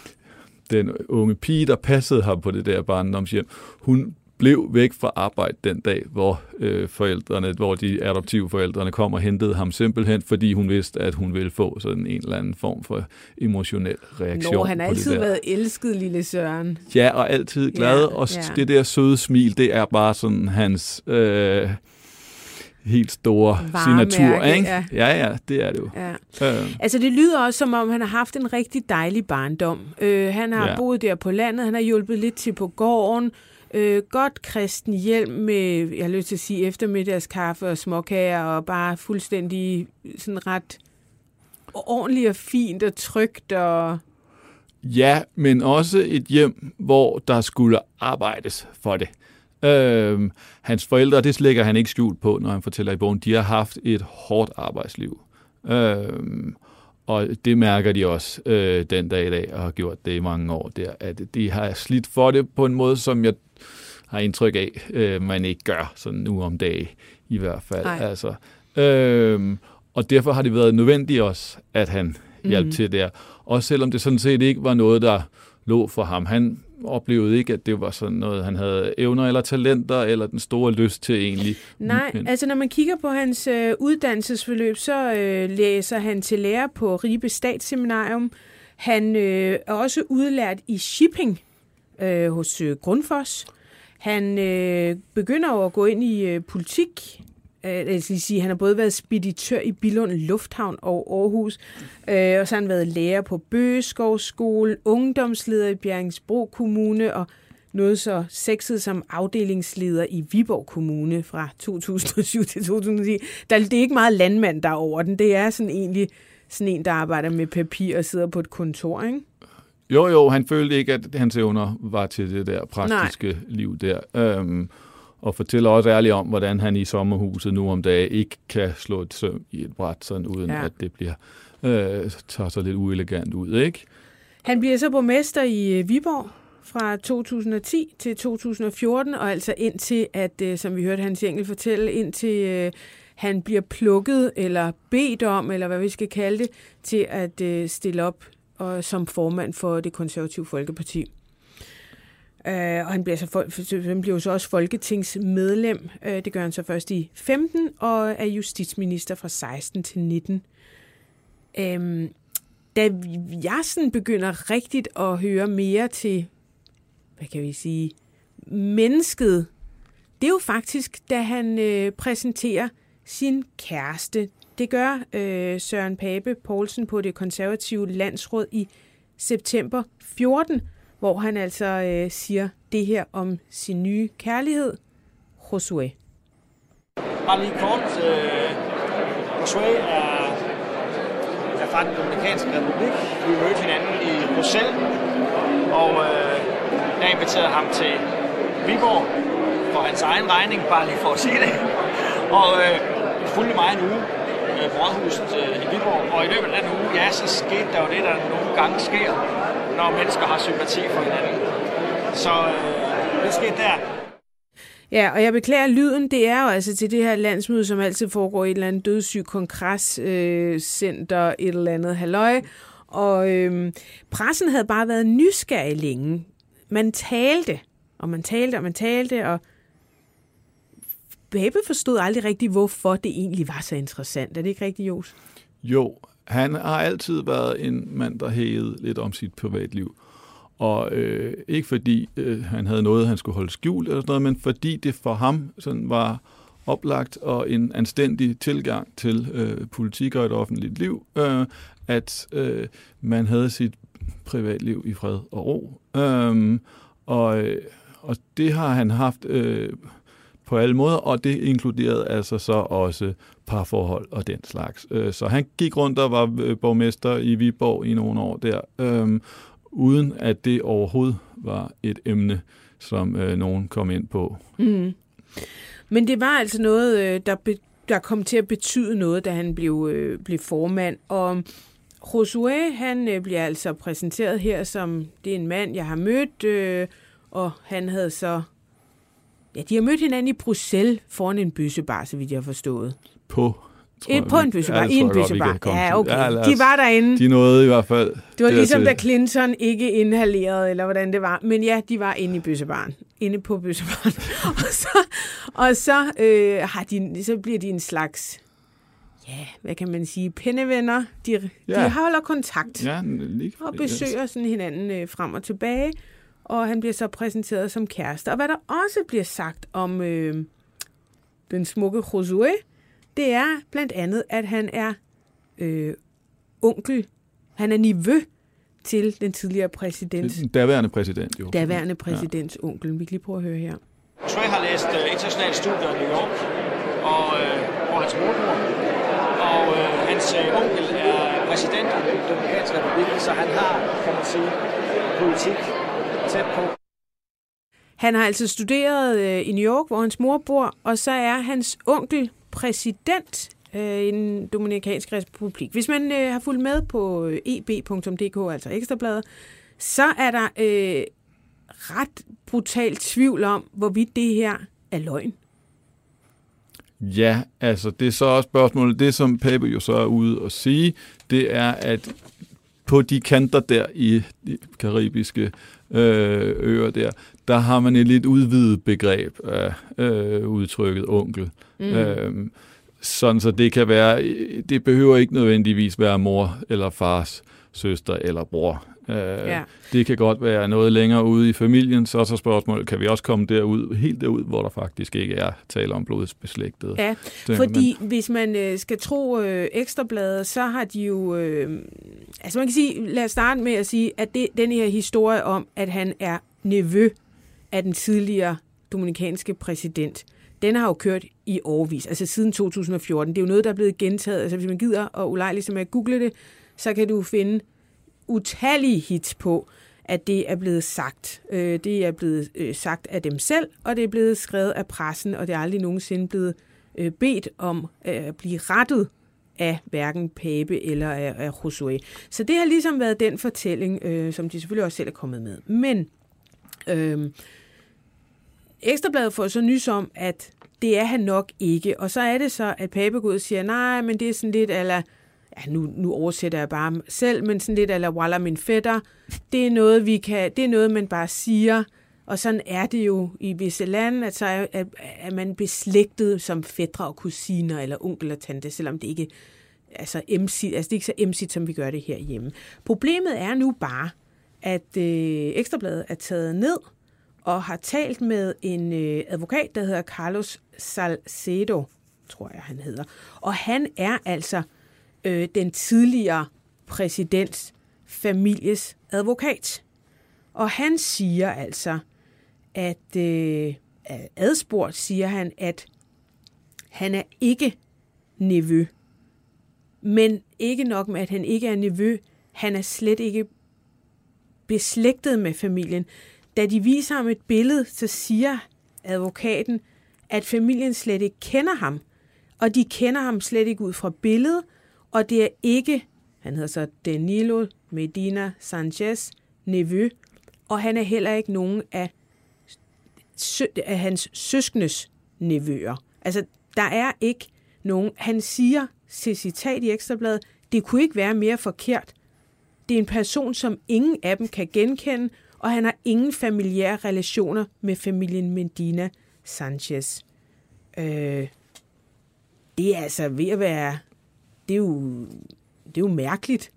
den unge pige, der passede ham på det der barndomshjem, hun blev væk fra arbejde den dag, hvor øh, forældrene, hvor de adoptive forældrene kom og hentede ham simpelthen, fordi hun vidste, at hun ville få sådan en eller anden form for emotionel reaktion. Nå, han har på altid det der. været elsket, lille Søren. Ja, og altid glad, ja, og ja. Det der søde smil, det er bare sådan hans øh, helt store varemærke, signatur, ikke? Ja. ja, ja, det er det jo. Ja. Øh. Altså, det lyder også, som om han har haft en rigtig dejlig barndom. Øh, han har Ja. boet der på landet, han har hjulpet lidt til på gården, Øh, godt kristen hjelm med, jeg har lyst til at sige, eftermiddagskaffe og småkager, og bare fuldstændig sådan ret ordentligt og fint og trygt. Og... Ja, men også et hjem, hvor der skulle arbejdes for det. Øhm, hans forældre, det slækker han ikke skjult på, når han fortæller i bogen, de har haft et hårdt arbejdsliv. Øhm, Og det mærker de også øh, den dag i dag, og har gjort det i mange år der, at de har slidt for det på en måde, som jeg har indtryk af, øh, man ikke gør sådan nu om dagen i hvert fald. Altså, øh, og derfor har det været nødvendigt også, at han hjalp mm-hmm. til der. Også selvom det sådan set ikke var noget, der lå for ham. Han oplevede ikke, at det var sådan noget, han havde evner eller talenter, eller den store lyst til egentlig. Nej, men... altså når man kigger på hans øh, uddannelsesforløb, så øh, læser han til lærer på Ribe Statsseminarium. Han øh, er også udlært i shipping øh, hos øh, Grundfos. Han øh, begynder jo at gå ind i øh, politik. Jeg skal sige, han har både været speditør i Billund Lufthavn og Aarhus, øh, og så har han været lærer på Bøgeskovskolen, ungdomsleder i Bjerringbro Kommune, og noget så sexet som afdelingsleder i Viborg Kommune fra to tusind og syv til to tusind og ti. Der, det er ikke meget landmand, der er over den. Det er sådan egentlig sådan en, der arbejder med papir og sidder på et kontor, ikke? Jo, jo, han følte ikke, at hans evner var til det der praktiske Nej. liv der. Øhm, og fortæller også ærligt om, hvordan han i sommerhuset nu om dagen ikke kan slå et søm i et bræt, sådan, uden ja. at det bliver øh, tager så lidt uelegant ud, ikke? Han bliver så borgmester i Viborg fra to tusind og ti til to tusind og fjorten, og altså indtil, at, som vi hørte Hans Engel fortælle, indtil øh, han bliver plukket eller bedt om, eller hvad vi skal kalde det, til at øh, stille op og, som formand for Det Konservative Folkeparti. Uh, og han bliver, så, han bliver så også folketingsmedlem. Uh, det gør han så først i femten, og er justitsminister fra seksten til nitten. Um, da jeg sådan begynder rigtigt at høre mere til, hvad kan vi sige, mennesket, det er jo faktisk, da han uh, præsenterer sin kæreste. Det gør uh, Søren Pape Poulsen på Det Konservative Landsråd i september fjorten, hvor han altså øh, siger det her om sin nye kærlighed, Josué. Bare lige kort. Øh, Josué er, er fra den Dominikanske Republik. Vi mødte hinanden i Bruxelles, og øh, jeg inviterede ham til Viborg for hans egen regning, bare lige for at sige det. Og øh, fulgte mig en uge øh, på Rådhuset øh, i Viborg, og i løbet af den uge, ja, så skete der jo det, der nogle gange sker, når mennesker har sympati for hinanden. Så øh, det skete der. Ja, og jeg beklager lyden. Det er jo altså til det her landsmøde, som altid foregår i et eller andet dødssyg kongrescenter, øh, et eller andet halløj. Og øh, pressen havde bare været nysgerrig længe. Man talte, og man talte, og man talte, og Pape forstod aldrig rigtigt, hvorfor det egentlig var så interessant. Er det ikke rigtigt, Jos? Jo, han har altid været en mand, der hævede lidt om sit privatliv. Og øh, ikke fordi øh, han havde noget, han skulle holde skjult eller sådan noget, men fordi det for ham sådan var oplagt og en anstændig tilgang til øh, politik og et offentligt liv, øh, at øh, man havde sit privatliv i fred og ro. Øh, og, og det har han haft øh, på alle måder, og det inkluderede altså så også parforhold og den slags. Øh, så han gik rundt og var borgmester i Viborg i nogle år der, øh, uden at det overhovedet var et emne, som øh, nogen kom ind på. Mm. Men det var altså noget, øh, der, be, der kom til at betyde noget, da han blev, øh, blev formand. Og Josué, han øh, bliver altså præsenteret her som, det er en mand, jeg har mødt, øh, og han havde så, ja, de har mødt hinanden i Bruxelles foran en bøssebar, så vidt jeg har forstået. På I, på en bøssebar, i en bøssebar. Ja, okay. Ja, de var derinde. De nåede i hvert fald. Det var ligesom, da Clinton ikke inhalerede, eller hvordan det var. Men ja, de var inde i bøssebaren. Inde på bøssebaren. og så, og så, øh, har de, så bliver de en slags, ja, hvad kan man sige, pindevenner. De, ja. de holder kontakt. Ja, lige, og besøger sådan hinanden øh, frem og tilbage. Og han bliver så præsenteret som kæreste. Og hvad der også bliver sagt om øh, den smukke Josué, det er blandt andet, at han er øh, onkel, han er nevø til den tidligere præsident. Den daværende præsident, jo. Daværende præsidents ja. onkel. Vi kan lige prøve at høre her. Josué har læst uh, internationale studier i New York, og, uh, og hans mormor. Og uh, hans uh, onkel er præsident i den Dominikanske Republik, så han har, kan man sige, politik tæt på. Han har altså studeret øh, i New York, hvor hans mor bor, og så er hans onkel præsident øh, i den Dominikanske Republik. Hvis man øh, har fulgt med på e b punktum d k, altså Ekstrabladet, så er der øh, ret brutal tvivl om, hvorvidt det her er løgn. Ja, altså det er så også spørgsmålet. Det, som Pape jo så er ude at sige, det er, at på de kanter der i de karibiske øh, øer der, der har man et lidt udvidet begreb af øh, udtrykket onkel. Mm. Øh, sådan så det kan være, det behøver ikke nødvendigvis være mor eller fars søster eller bror. Øh, ja. Det kan godt være noget længere ude i familien, så er så spørgsmålet, kan vi også komme derud, helt derud, hvor der faktisk ikke er tale om blodsbeslægtede. Ja, fordi man, hvis man øh, skal tro øh, Ekstrabladet, så har de jo... Øh, altså man kan sige, lad os starte med at sige, at det, den her historie om, at han er nevø af den tidligere dominikanske præsident, den har jo kørt i årevis, altså siden to tusind og fjorten. Det er jo noget, der er blevet gentaget. Altså hvis man gider og ulejligt som at google det, så kan du finde utallige hits på, at det er blevet sagt. Øh, det er blevet øh, sagt af dem selv, og det er blevet skrevet af pressen, og det er aldrig nogensinde blevet øh, bedt om at blive rettet af hverken Pape eller af, af Josué. Så det har ligesom været den fortælling, øh, som de selvfølgelig også selv er kommet med. Men øh, Ekstrabladet får så nys om, at det er han nok ikke. Og så er det så, at Pape går ud og siger, nej, men det er sådan lidt, eller ja, nu, nu oversætter jeg bare selv, men sådan lidt, eller Wallah min fætter. Det er noget, vi kan, det er noget, man bare siger. Og sådan er det jo i visse lande, at så er, at, at man beslægtet som fætre og kusiner, eller onkel og tante, selvom det ikke altså, MC, altså det er ikke så M C, som vi gør det herhjemme. Problemet er nu bare, at øh, Ekstrabladet er taget ned, og har talt med en øh, advokat, der hedder Carlos Salcedo, tror jeg, han hedder. Og han er altså øh, den tidligere præsidents families advokat. Og han siger altså, at øh, adspurgt siger han, at han er ikke nevø. Men ikke nok med, at han ikke er nevø, han er slet ikke beslægtet med familien. Da de viser ham et billede, så siger advokaten, at familien slet ikke kender ham. Og de kender ham slet ikke ud fra billedet, og det er ikke, han hedder så Danilo Medina Sanchez, nevø, og han er heller ikke nogen af, sø- af hans søskendes nevøer. Altså, der er ikke nogen, han siger til citat i Ekstrabladet, det kunne ikke være mere forkert. Det er en person, som ingen af dem kan genkende, og han har ingen familiære relationer med familien Medina Sanchez. Øh, det er altså ved at være... Det er jo, det er jo mærkeligt.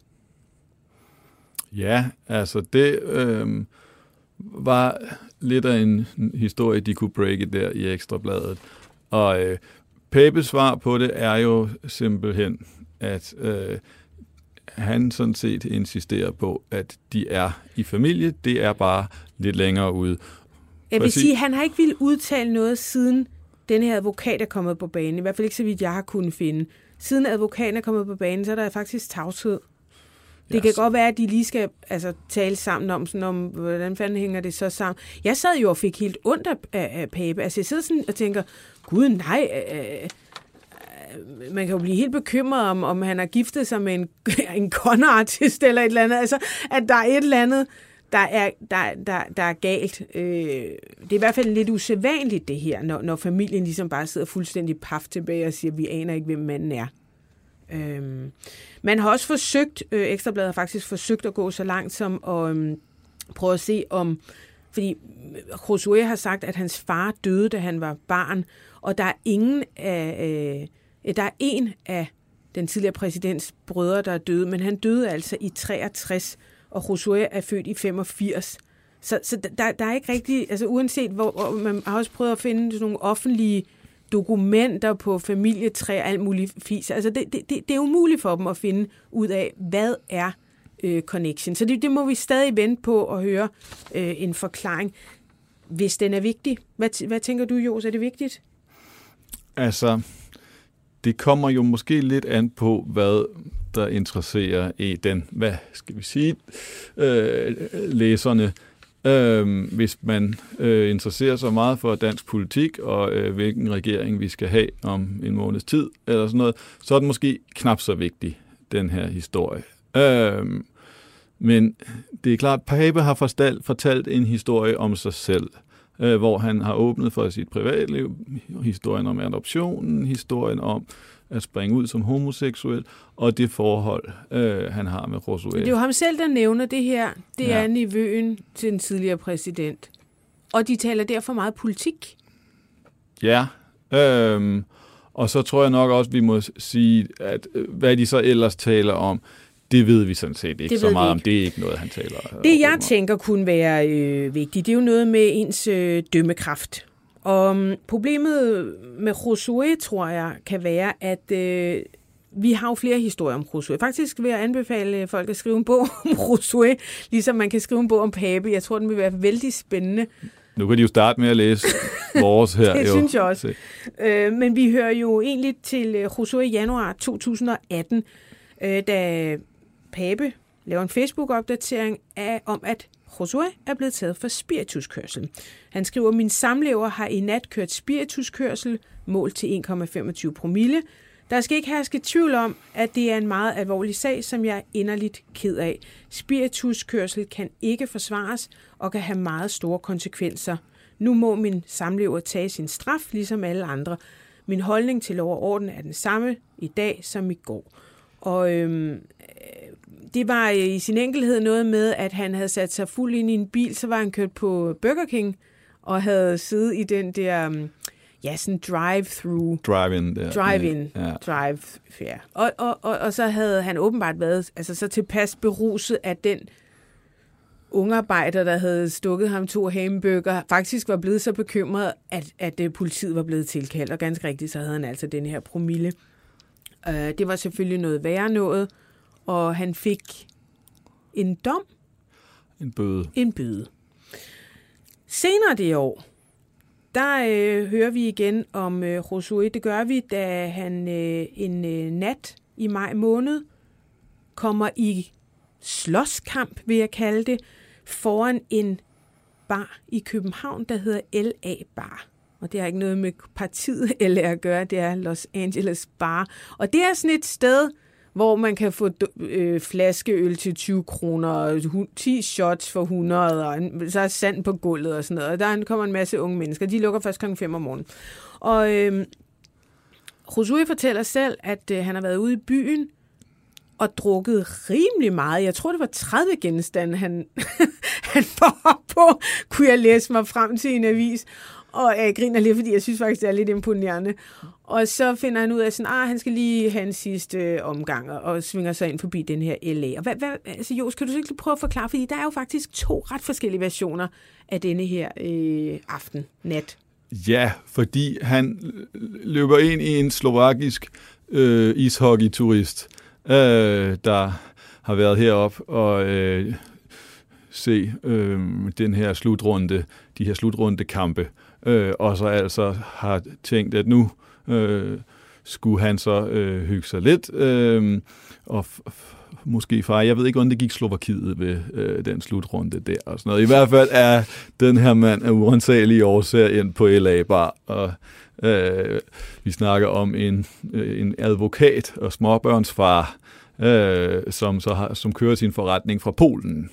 Ja, altså det øh, var lidt af en historie, de kunne breake der i Ekstrabladet. Og øh, Papes svar på det er jo simpelthen, at... Øh, han sådan set insisterer på, at de er i familie. Det er bare lidt længere ude. Jeg vil sige, at han har ikke ville udtale noget, siden denne her advokat er kommet på banen. I hvert fald ikke så vidt jeg har kunnet finde. Siden advokaten er kommet på banen, så er der faktisk tavshed. Det yes. kan godt være, at de lige skal altså, tale sammen om, sådan om, hvordan fanden hænger det så sammen. Jeg sad jo og fik helt ondt af, af Pape. Altså jeg sidder sådan og tænker, gud nej... Øh, man kan jo blive helt bekymret om, om han har giftet sig med en, en con-artist eller et eller andet. Altså, at der er et eller andet, der er, der, der, der er galt. Øh, det er i hvert fald lidt usædvanligt, det her, når, når familien ligesom bare sidder fuldstændig paf tilbage og siger, vi aner ikke, hvem manden er. Øh, man har også forsøgt, øh, Ekstrabladet har faktisk forsøgt at gå så langt som at øh, prøve at se om, fordi Josué har sagt, at hans far døde, da han var barn, og der er ingen af... Øh, Der er en af den tidligere præsidents brødre, der er døde, men han døde altså i treogtres, og Josué er født i femogfirs. Så, så der, der er ikke rigtig, altså uanset hvor, hvor man har også prøvet at finde sådan nogle offentlige dokumenter på familietræ og alt muligt fis. Altså det, det, det er umuligt for dem at finde ud af, hvad er øh, connection. Så det, det må vi stadig vente på at høre øh, en forklaring, hvis den er vigtig. Hvad, hvad tænker du, Jos? Er det vigtigt? Altså... Det kommer jo måske lidt an på, hvad der interesserer i den, hvad skal vi sige, øh, læserne. Øh, hvis man øh, interesserer sig meget for dansk politik og øh, hvilken regering vi skal have om en måneds tid, eller sådan noget, så er den måske knap så vigtig, den her historie. Øh, men det er klart, at Pape har fortalt, fortalt en historie om sig selv, hvor han har åbnet for sit privatliv, historien om adoptionen, historien om at springe ud som homoseksuel, og det forhold, øh, han har med Josué. Det er jo ham selv, der nævner det her. Det ja. er nevøen til den tidligere præsident. Og de taler derfor meget politik. Ja, øh, og så tror jeg nok også, vi må sige, at hvad de så ellers taler om, det ved vi sådan set ikke det så meget ikke. om. Det er ikke noget, han taler om. Det, jeg tænker kunne være øh, vigtigt, det er jo noget med ens øh, dømmekraft. Og um, problemet med Josué, tror jeg, kan være, at øh, vi har jo flere historier om Josué. Faktisk vil jeg anbefale folk at skrive en bog om Josué, ligesom man kan skrive en bog om Pape. Jeg tror, den vil være vældig spændende. Nu kan de jo starte med at læse vores her. Det jo. synes jeg også. Øh, men vi hører jo egentlig til Josué i januar to tusind og atten, øh, da Pape laver en Facebook-opdatering af, om, at Josué er blevet taget for spirituskørsel. Han skriver, min samlever har i nat kørt spirituskørsel, målt til en komma femogtyve promille. Der skal ikke herske tvivl om, at det er en meget alvorlig sag, som jeg er inderligt ked af. Spirituskørsel kan ikke forsvares og kan have meget store konsekvenser. Nu må min samlever tage sin straf, ligesom alle andre. Min holdning til lov og orden er den samme i dag som i går. Og øhm, det var i sin enkelhed noget med, at han havde sat sig fuld ind i en bil, så var han kørt på Burger King og havde siddet i den der, ja, sådan drive-through. Drive-in. Der. Drive-in. Ja. Drive, ja. Og, og, og, og så havde han åbenbart været altså, så tilpas beruset, at den ungarbejder, der havde stukket ham to hamburger, faktisk var blevet så bekymret, at, at politiet var blevet tilkaldt. Og ganske rigtigt, så havde han altså den her promille. Uh, det var selvfølgelig noget værre noget, og han fik en dom. En bøde. En bøde. Senere det år, der øh, hører vi igen om øh, Josué. Det gør vi, da han øh, en øh, nat i maj måned kommer i slåskamp, vil jeg kalde det, foran en bar i København, der hedder L A Bar. Og det har ikke noget med partiet L A at gøre, det er Los Angeles Bar. Og det er sådan et sted, hvor man kan få øh, flaskeøl til tyve kroner, ti shots for hundrede, og en, så er sand på gulvet og sådan noget. Og der kommer en masse unge mennesker. De lukker først klokken fem om morgenen. Og øh, Josué fortæller selv, at øh, han har været ude i byen og drukket rimelig meget. Jeg tror, det var tredive genstande, han, han var op på, kunne jeg læse mig frem til en avis. Og jeg griner lidt, fordi jeg synes faktisk, det er lidt imponerende. Og så finder han ud af, sådan, ah, han skal lige have en sidste omgang, og svinger sig ind forbi den her L A. Og hvad, hvad, altså, Jos, kan du ikke prøve at forklare? Fordi der er jo faktisk to ret forskellige versioner af denne her øh, aften, nat. Ja, fordi han løber ind i en slovakisk øh, ishockey-turist, øh, der har været heroppe og øh, se øh, den her slutrunde, de her slutrundekampe. Øh, og så altså har tænkt, at nu øh, skulle han så øh, hygge sig lidt, øh, og f- f- måske far, jeg ved ikke, hvordan det gik Slovakiet ved øh, den slutrunde der og sådan noget. I hvert fald er den her mand af uansagelige årsager ind på L A Bar, og øh, vi snakker om en, øh, en advokat og småbørnsfar, øh, som, så har, som kører sin forretning fra Polen.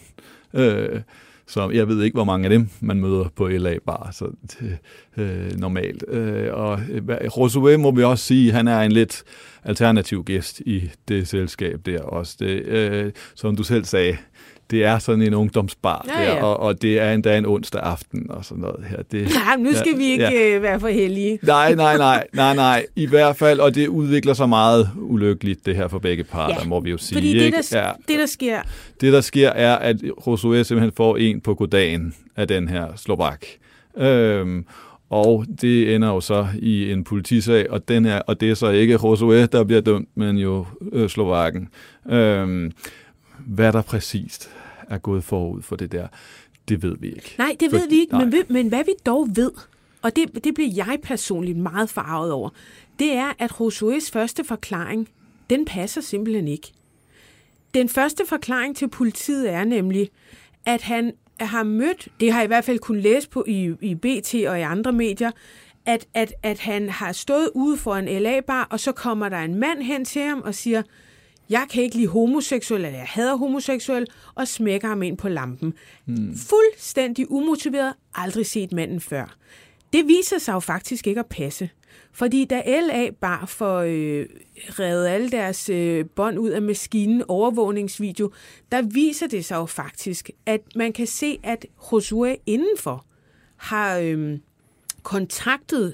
Øh, Så jeg ved ikke, hvor mange af dem, man møder på L A Bar, så det, øh, normalt. Øh, og Josué må vi også sige, han er en lidt alternativ gæst i det selskab der også. Det, øh, som du selv sagde, det er sådan en ungdomsbar, ja, ja. Der, og, og det er endda en onsdag aften og sådan noget her. Det, ja, nu skal ja, vi ikke ja. være for heldige. Nej, nej, nej, nej, nej. I hvert fald, og det udvikler sig meget ulykkeligt, det her for begge parter, ja, må vi jo sige. Fordi det der, ja. det, der sker... Det, der sker, er, at Josué simpelthen får en på goddagen af den her slovak. Øhm, og det ender jo så i en politisag, og, den er, og det er så ikke Josué, der bliver dømt, men jo øh, slovakken. Øhm, hvad der præcist er gået forud for det der, det ved vi ikke. Nej, det ved for, vi ikke, men, men hvad vi dog ved, og det, det bliver jeg personligt meget forarvet over, det er, at Josués første forklaring, den passer simpelthen ikke. Den første forklaring til politiet er nemlig, at han har mødt, det har jeg i hvert fald kunnet læse på i, i B T og i andre medier, at, at, at han har stået ude for en L A Bar, og så kommer der en mand hen til ham og siger, jeg kan ikke lide homoseksuel, eller jeg hader homoseksuel, og smækker ham ind på lampen. Hmm. Fuldstændig umotiveret, aldrig set manden før. Det viser sig jo faktisk ikke at passe. Fordi da L A Bar får øh, revet alle deres øh, bånd ud af maskinen, overvågningsvideo, der viser det sig jo faktisk, at man kan se, at Josué indenfor har øh, kontaktet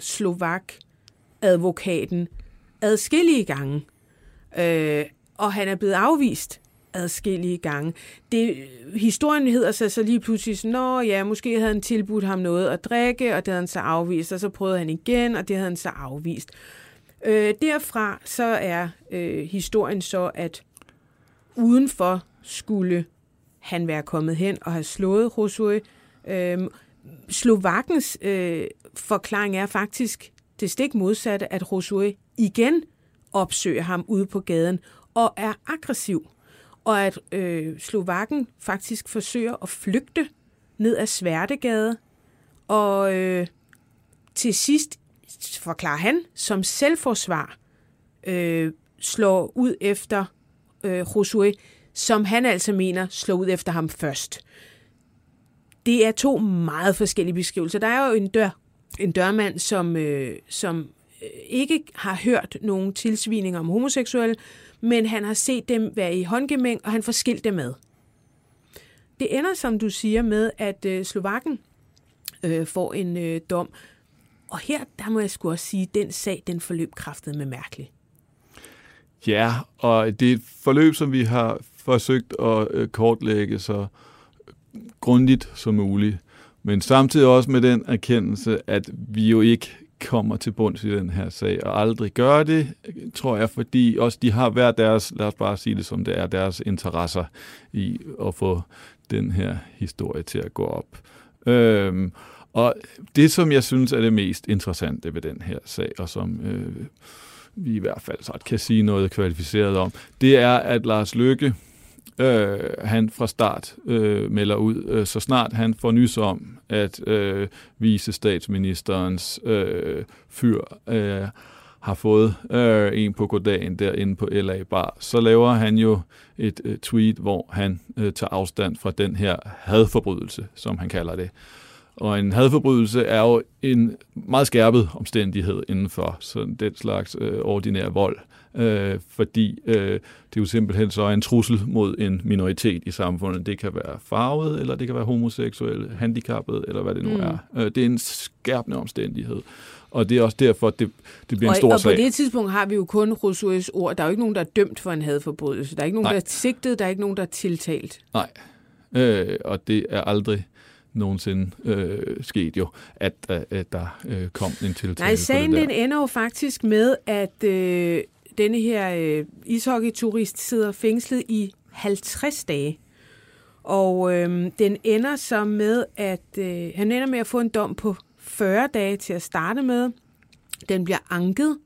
Slovak-advokaten adskillige gange, øh, og han er blevet afvist adskillige gange. Det, historien hedder sig så lige pludselig sådan, nå ja, måske havde han tilbudt ham noget at drikke, og det havde han så afvist, og så prøvede han igen, og det havde han så afvist. Øh, derfra så er øh, historien så, at udenfor skulle han være kommet hen og have slået Josué. Øh, Slovakkens øh, forklaring er faktisk det stik modsatte, at Josué igen opsøger ham ude på gaden og er aggressiv. Og at øh, Slovakken faktisk forsøger at flygte ned ad Sværtegade. Og øh, til sidst forklarer han som selvforsvar øh, slår ud efter øh, Josué, som han altså mener slår ud efter ham først. Det er to meget forskellige beskrivelser. Der er jo en dør, en dørmand, som, øh, som ikke har hørt nogen tilsvininger om homoseksuelle, men han har set dem være i håndgemæng, og han får skilt dem ad. Det ender, som du siger, med, at øh, Slovakken øh, får en øh, dom. Og her, der må jeg sgu også sige, at den sag, den forløb kraftet med mærkeligt. Ja, og det er et forløb, som vi har forsøgt at øh, kortlægge så grundigt som muligt. Men samtidig også med den erkendelse, at vi jo ikke kommer til bunds i den her sag, og aldrig gør det, tror jeg, fordi også de har hver deres, lad os bare sige det som det er, deres interesser i at få den her historie til at gå op. Øhm, og det, som jeg synes er det mest interessante ved den her sag, og som øh, vi i hvert fald så kan sige noget kvalificeret om, det er, at Lars Løkke, Øh, han fra start øh, melder ud, øh, så snart han får nys om, at øh, vicestatsministerens øh, fyr øh, har fået øh, en på goddagen derinde på L A Bar, så laver han jo et øh, tweet, hvor han øh, tager afstand fra den her hadforbrydelse, som han kalder det. Og en hadforbrydelse er jo en meget skærpet omstændighed inden for sådan den slags øh, ordinær vold. Øh, fordi øh, det jo simpelthen så er en trussel mod en minoritet i samfundet. Det kan være farvet, eller det kan være homoseksuelle, handicappet, eller hvad det nu mm. er. Øh, det er en skærpende omstændighed. Og det er også derfor, at det, det bliver og, en stor og sag. Og på det tidspunkt har vi jo kun Josués ord. Der er jo ikke nogen, der er dømt for en hadforbrydelse. Der er ikke nogen, Nej. der er sigtet. Der er ikke nogen, der er tiltalt. Nej, øh, og det er aldrig nogensinde øh, sket jo, at, at, at der øh, kom en tiltale. Nej, sagen det den ender jo faktisk med, at øh, denne her øh, ishockeyturist sidder fængslet i halvtreds dage. Og øh, den ender så med, at øh, han ender med at få en dom på fyrre dage til at starte med. Den bliver anket,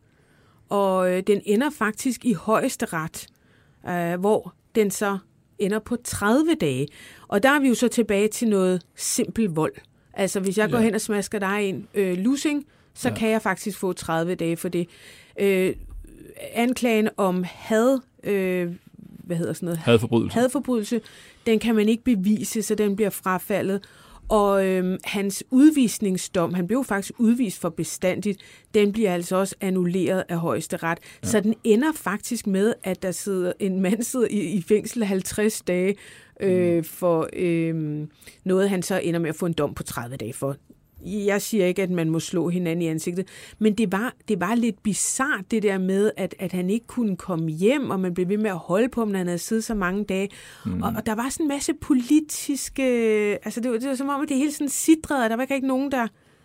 og øh, den ender faktisk i højesteret, øh, hvor den så ender på tredive dage. Og der er vi jo så tilbage til noget simpel vold. Altså, hvis jeg ja. går hen og smasker dig en øh, lussing, så ja. kan jeg faktisk få tredive dage for det. Øh, anklagen om had, øh, hvad hedder sådan noget? Hadforbrydelse. Hadforbrydelse, den kan man ikke bevise, så den bliver frafaldet. Og øh, hans udvisningsdom, han blev faktisk udvist for bestandigt, den bliver altså også annulleret af højesteret. Ja. Så den ender faktisk med, at der sidder en mand sidder i, i fængsel halvtreds dage øh, mm. for øh, noget, han så ender med at få en dom på tredive dage for. Jeg siger ikke, at man må slå hinanden i ansigtet, men det var, det var lidt bizart det der med, at, at han ikke kunne komme hjem, og man blev ved med at holde på ham, når han havde siddet så mange dage. Mm. Og, og der var sådan en masse politiske... Altså det var, det var som om, at det hele sådan sidrede, og der var ikke rigtig nogen, der...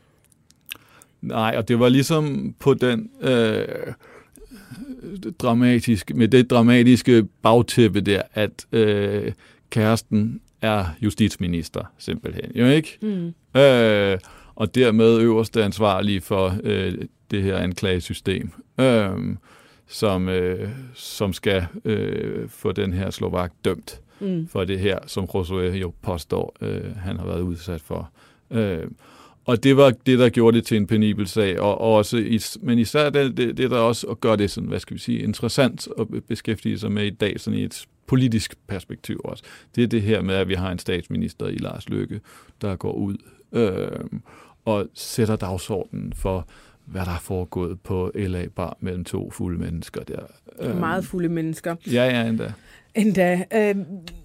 Nej, og det var ligesom på den... Øh dramatisk, med det dramatiske bagtæppe der, at øh, kæresten er justitsminister, simpelthen. Jo ikke? Mm. Øh, og dermed øverste ansvarlige for øh, det her anklagesystem, øh, som, øh, som skal øh, få den her Slovak dømt mm. for det her, som Josué jo påstår, øh, han har været udsat for. Øh, Og det var det, der gjorde det til en penibel sag, og, og også, is, men især det, det, det der også at gøre det sådan, hvad skal vi sige, interessant at beskæftige sig med i dag, sådan i et politisk perspektiv også. Det er det her med, at vi har en statsminister i Lars Løkke, der går ud øh, og sætter dagsordenen for, hvad der er foregået på L A Bar mellem to fulde mennesker der. Øh, Meget fulde mennesker. Ja, ja, endda. Endda. Øh,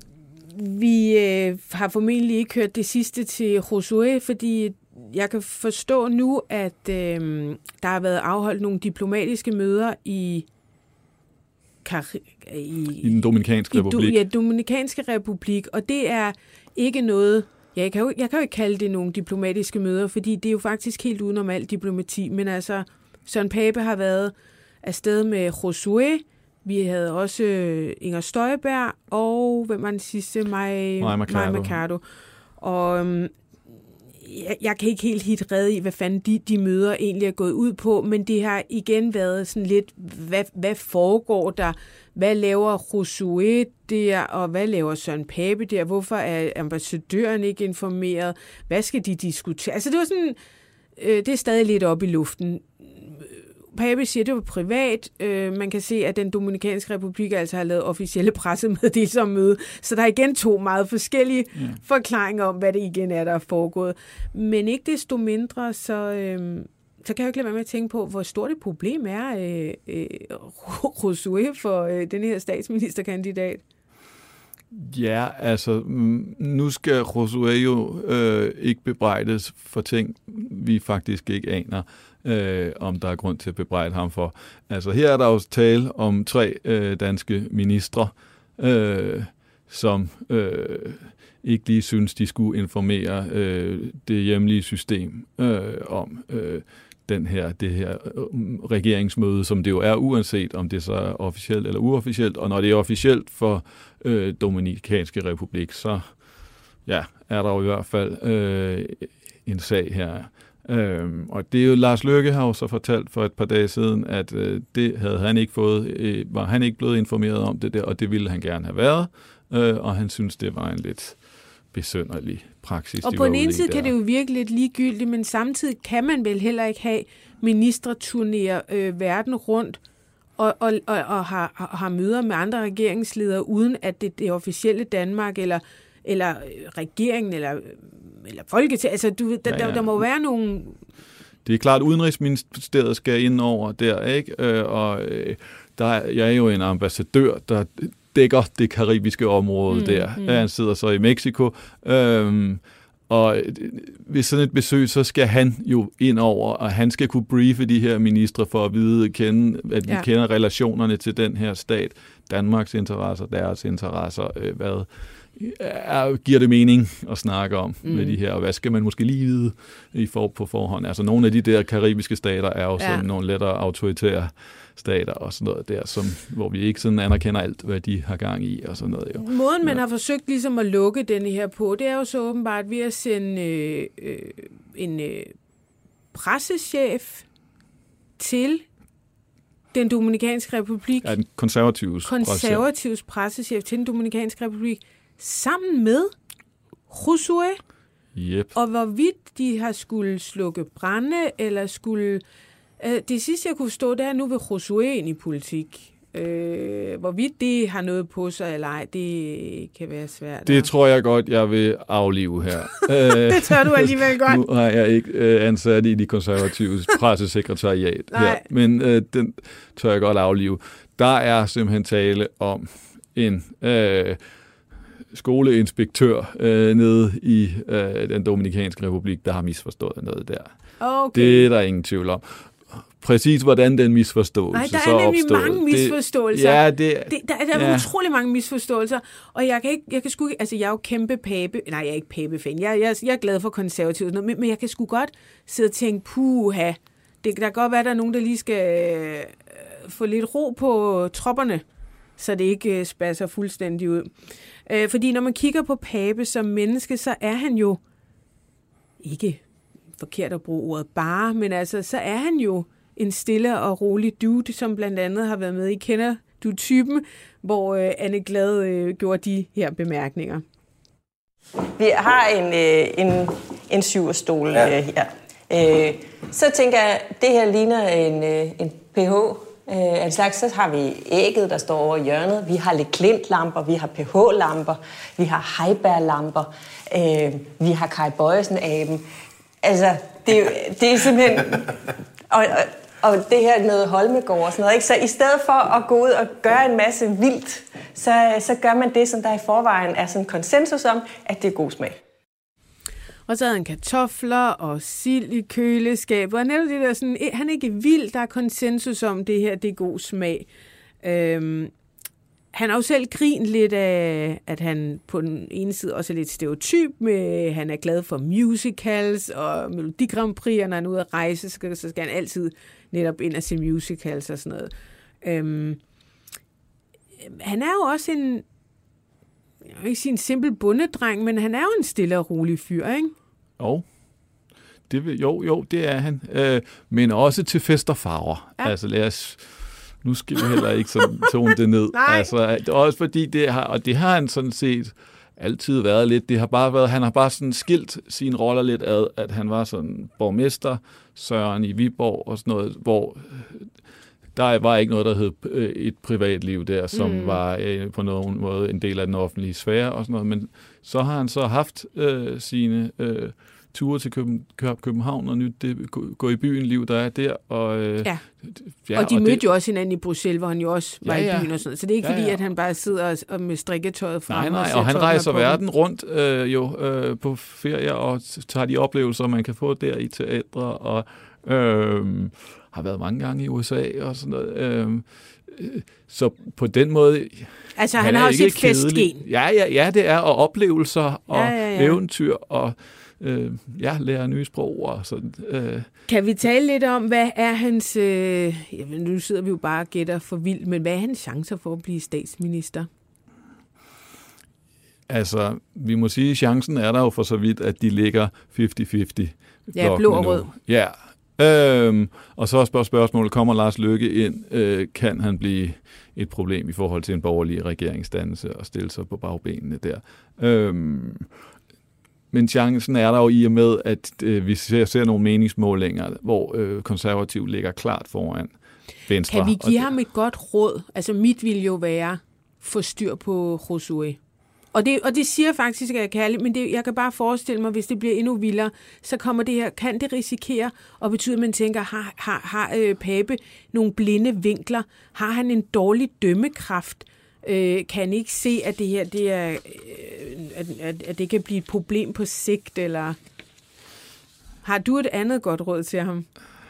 vi øh, har formentlig ikke hørt det sidste til Josué, fordi jeg kan forstå nu, at øh, der har været afholdt nogle diplomatiske møder i i, I den Dominikanske Republik. I, ja, Dominikanske Republik, og det er ikke noget... Jeg kan, jo, jeg kan jo ikke kalde det nogle diplomatiske møder, fordi det er jo faktisk helt udenom alt diplomati, men altså, Søren Pape har været afsted med Josué, vi havde også Inger Støjberg, og hvem var den sidste? Maja Mercado. Og øhm, jeg, jeg kan ikke helt hit redde i, hvad fanden de, de møder egentlig er gået ud på, men det har igen været sådan lidt, hvad, hvad foregår der? Hvad laver Josué der, og hvad laver Søren Pape der? Hvorfor er ambassadøren ikke informeret? Hvad skal de diskutere? Altså det var sådan, øh, det er stadig lidt op i luften. Pape siger, det var privat. Øh, man kan se, at den Dominikanske Republik altså har lavet officielle pressemeddelelser om møde. Så der er igen to meget forskellige ja. forklaringer om, hvad det igen er, der er foregået. Men ikke desto mindre, så, øh, så kan jeg jo ikke lade være med at tænke på, hvor stort et problem er øh, øh, Josué for øh, den her statsministerkandidat. Ja, altså, nu skal Josué jo øh, ikke bebrejdes for ting, vi faktisk ikke aner, øh, om der er grund til at bebrejde ham for. Altså, her er der jo tale om tre øh, danske ministre, øh, som øh, ikke lige synes, de skulle informere øh, det hjemlige system øh, om øh, den her, det her regeringsmøde, som det jo er, uanset om det så er officielt eller uofficielt. Og når det er officielt for øh, Dominikanske Republik, så ja, er der jo i hvert fald øh, en sag her. Øhm, og det er jo, Lars Løkke har jo så fortalt for et par dage siden, at øh, det havde han ikke fået, øh, var han ikke blevet informeret om det der, og det ville han gerne have været, øh, og han synes, det var en lidt besynderlig praksis. Og på den ene side kan det jo virke lidt ligegyldigt, men samtidig kan man vel heller ikke have ministreturnéer øh, verden rundt og, og, og, og har, har møder med andre regeringsledere, uden at det, det officielle Danmark eller, eller regeringen eller, eller Folketinget, altså du, der, ja, ja. Der, der må være nogle... Det er klart, at Udenrigsministeriet skal ind over der, ikke? Øh, og øh, der er, jeg er jo en ambassadør, der dækker det karibiske område mm, der. Mm. Han sidder så i Mexico. Øhm, og ved sådan et besøg, så skal han jo ind over, og han skal kunne briefe de her ministre for at vide, kende, at vi ja. kender relationerne til den her stat, Danmarks interesser, deres interesser, øh, hvad er, giver det mening at snakke om mm. med de her, og hvad skal man måske lige vide i for, på forhånd. Altså nogle af de der karibiske stater er jo sådan ja. nogle lettere autoritære stater og sådan noget der, som, hvor vi ikke sådan anerkender alt, hvad de har gang i og sådan noget. Jo. Måden, man ja. har forsøgt ligesom at lukke denne her på, det er jo så åbenbart ved at sende øh, øh, en øh, pressechef til den Dominikanske Republik. Ja, den konservatives konservatives pressechef til den Dominikanske Republik, sammen med Josué. Yep. Og hvorvidt de har skulle slukke brande, eller skulle... Øh, det sidste, jeg kunne forstå, det er nu ved Josué ind i politik. Øh, hvorvidt det har noget på sig eller ej, det kan være svært. Det tror jeg godt, jeg vil aflive her. Det tør du alligevel godt. Nu har jeg ikke øh, ansat i de konservatives pressesekretariat her, men øh, den tør jeg godt aflive. Der er simpelthen tale om en... Øh, skoleinspektør øh, nede i øh, den Dominikanske Republik, der har misforstået noget der. Okay. Det er der ingen tvivl om. Præcis hvordan den misforståelse så opstod. Nej, der er nemlig mange misforståelser. Det, ja, det, det, der, der er ja. utrolig mange misforståelser, og jeg kan ikke, jeg kan sgu ikke, altså jeg er jo kæmpe Pape, nej, jeg er ikke Pape-fan, jeg, jeg, jeg er glad for konservativt, men, men jeg kan sgu godt sidde og tænke, puha, det der kan godt være, der er nogen, der lige skal øh, få lidt ro på tropperne, så det ikke øh, spasser fuldstændig ud. Øh, fordi når man kigger på Pape som menneske, så er han jo ikke forkert at bruge ordet bare, men altså, så er han jo en stille og rolig dude, som blandt andet har været med i Kender du typen, hvor øh, Anne Glad øh, gjorde de her bemærkninger. Vi har en, øh, en, en syverstol ja. øh, her. Øh, så tænker jeg, at det her ligner en, øh, en P H. Øh, en slags, så har vi ægget, der står over i hjørnet. Vi har lidt klintlamper, vi har P H-lamper, vi har Heiberg-lamper, øh, vi har Kai Bøjesen-aben. Altså, det, det er simpelthen... Og, og, og det her noget Holmegård og sådan noget, ikke? Så i stedet for at gå ud og gøre en masse vildt, så, så gør man det, som der i forvejen er sådan konsensus om, at det er god smag. Og så havde han kartofler og sild i køleskabet. Og netop det der sådan, han er ikke vild, der er konsensus om det her, det er god smag. Øhm, han har jo selv grint lidt af, at han på den ene side også er lidt stereotyp med, han er glad for musicals og Melodi Grand Prix, og når han er ude at rejse, så skal, så skal han altid netop ind og se musicals og sådan noget. Øhm, han er jo også en, jeg vil ikke sige en simpel bondedreng, men han er jo en stille og rolig fyr, ikke? Jo. Det vil, jo, jo, det er han. Øh, men også til fest og farver. Ja. Altså lad os... Nu skal vi heller ikke sådan tone det ned. Altså, det er også fordi, det har, og det har han sådan set altid været lidt. Det har bare været, han har bare sådan skilt sine roller lidt ad, at han var sådan borgmester, Søren i Viborg og sådan noget, hvor der var ikke noget, der hed et privatliv der, som mm. var øh, på nogen måde en del af den offentlige sfære og sådan noget. Men så har han så haft øh, sine... Øh, ture til København og nyt det gå i byen liv, der er der. Og, øh, ja. Ja, og de og mødte det, jo også hinanden i Bruxelles, hvor han jo også var ja, ja. i byen og sådan. Så det er ikke ja, fordi, ja. at han bare sidder og med strikketøjet frem. Nej, nej, og, og han rejser verden rundt øh, jo øh, på ferie og tager de oplevelser, man kan få der i teatre, og øh, har været mange gange i U S A og sådan noget. Øh, så på den måde... Altså, han, han har også et festgen. Ja, ja, ja, det er, og oplevelser og ja, ja, ja. eventyr og øh, ja, lære nye sprog og sådan. Øh. Kan vi tale lidt om, hvad er hans... Øh, jamen, nu sidder vi jo bare og gætter for vildt, men hvad er hans chancer for at blive statsminister? Altså, vi må sige, at chancen er der jo for så vidt, at de ligger halvtreds halvtreds. Ja, blå og rød. Ja, Øhm, og så er spørgsmålet, kommer Lars Løkke ind? Øh, kan han blive et problem i forhold til en borgerlig regeringsdannelse og stille sig på bagbenene der? Øhm, men chancen er der jo i og med, at øh, vi ser, ser nogle meningsmålinger, hvor øh, konservativ ligger klart foran Venstre. Kan vi give ham et godt råd? Altså mit vil jo være, få styr på Josué. Og det, og det siger faktisk, at jeg kan, men det, jeg kan bare forestille mig, hvis det bliver endnu vildere, så kommer det her, kan det risikere at betyde, at man tænker, har, har, har øh, Pape nogle blinde vinkler? Har han en dårlig dømmekraft? Øh, kan han ikke se, at det her, det er, øh, at, at, at det kan blive et problem på sigt? Eller har du et andet godt råd til ham?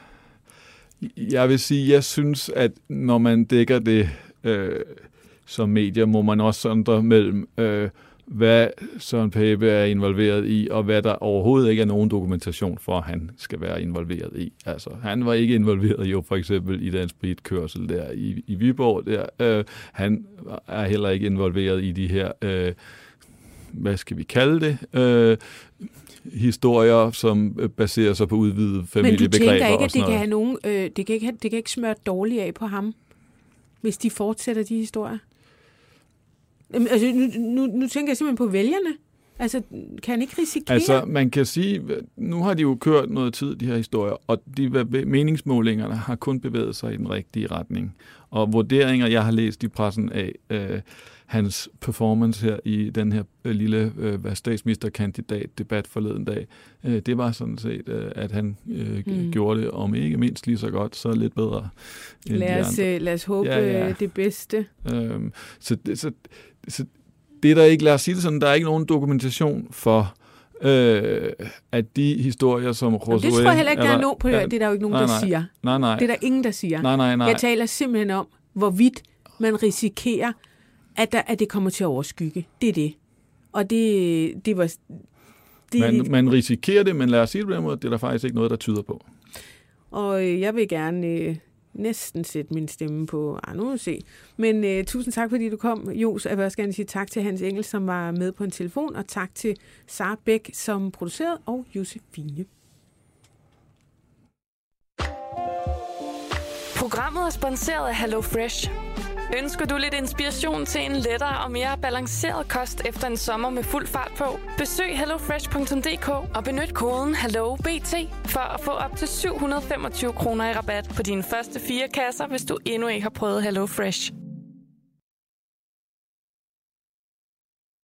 Jeg vil sige, jeg synes, at når man dækker det... Øh som medier må man også sondre mellem, øh, hvad Søren Pape er involveret i, og hvad der overhovedet ikke er nogen dokumentation for, at han skal være involveret i. Altså, han var ikke involveret jo for eksempel i den spritkørsel der i, i Viborg. Der. Øh, han er heller ikke involveret i de her, øh, hvad skal vi kalde det, øh, historier, som baserer sig på udvidede familiebegreber. Men du tænker ikke, at det kan, have nogen, øh, det, kan ikke, det kan ikke smøre dårligt af på ham, hvis de fortsætter de historier? Altså, nu, nu, nu tænker jeg simpelthen på vælgerne. Altså, kan han ikke risikere? Altså, man kan sige, nu har de jo kørt noget tid, de her historier, og de meningsmålingerne har kun bevæget sig i den rigtige retning. Og vurderinger, jeg har læst i pressen af øh, hans performance her i den her øh, lille øh, statsministerkandidat-debat forleden dag, øh, det var sådan set, øh, at han øh, mm. gjorde det, om ikke mindst lige så godt, så lidt bedre end lad os, de andre. Lad os håbe ja, ja. det bedste. Øhm, så, så, så det der ikke, lad os sige det sådan, der er ikke nogen dokumentation for, øh, at de historier, som Josué... Det tror jeg heller ikke, der er nogen på det. Det er der jo ikke nogen, nej, der nej, siger. Nej, nej. Det er der ingen, der siger. Nej, nej, nej. Jeg taler simpelthen om, hvorvidt man risikerer, at, der, at det kommer til at overskygge. Det er det. Og det, det var... Det, man, man risikerer det, men lad os sige det på den måde, det er der faktisk ikke noget, der tyder på. Og jeg vil gerne... Øh, næsten sætte min stemme på, ah, nu må vi se. Men uh, tusind tak, fordi du kom, Jos. Jeg vil også gerne sige tak til Hans Engel, som var med på en telefon, og tak til Sara Bæk, som producerede, og Josefine. Programmet er sponsoreret af Hello Fresh. Ønsker du lidt inspiration til en lettere og mere balanceret kost efter en sommer med fuld fart på? Besøg hello fresh punktum d k og benyt koden hallo b t for at få op til syv hundrede femogtyve kroner i rabat på dine første fire kasser, hvis du endnu ikke har prøvet Hello Fresh.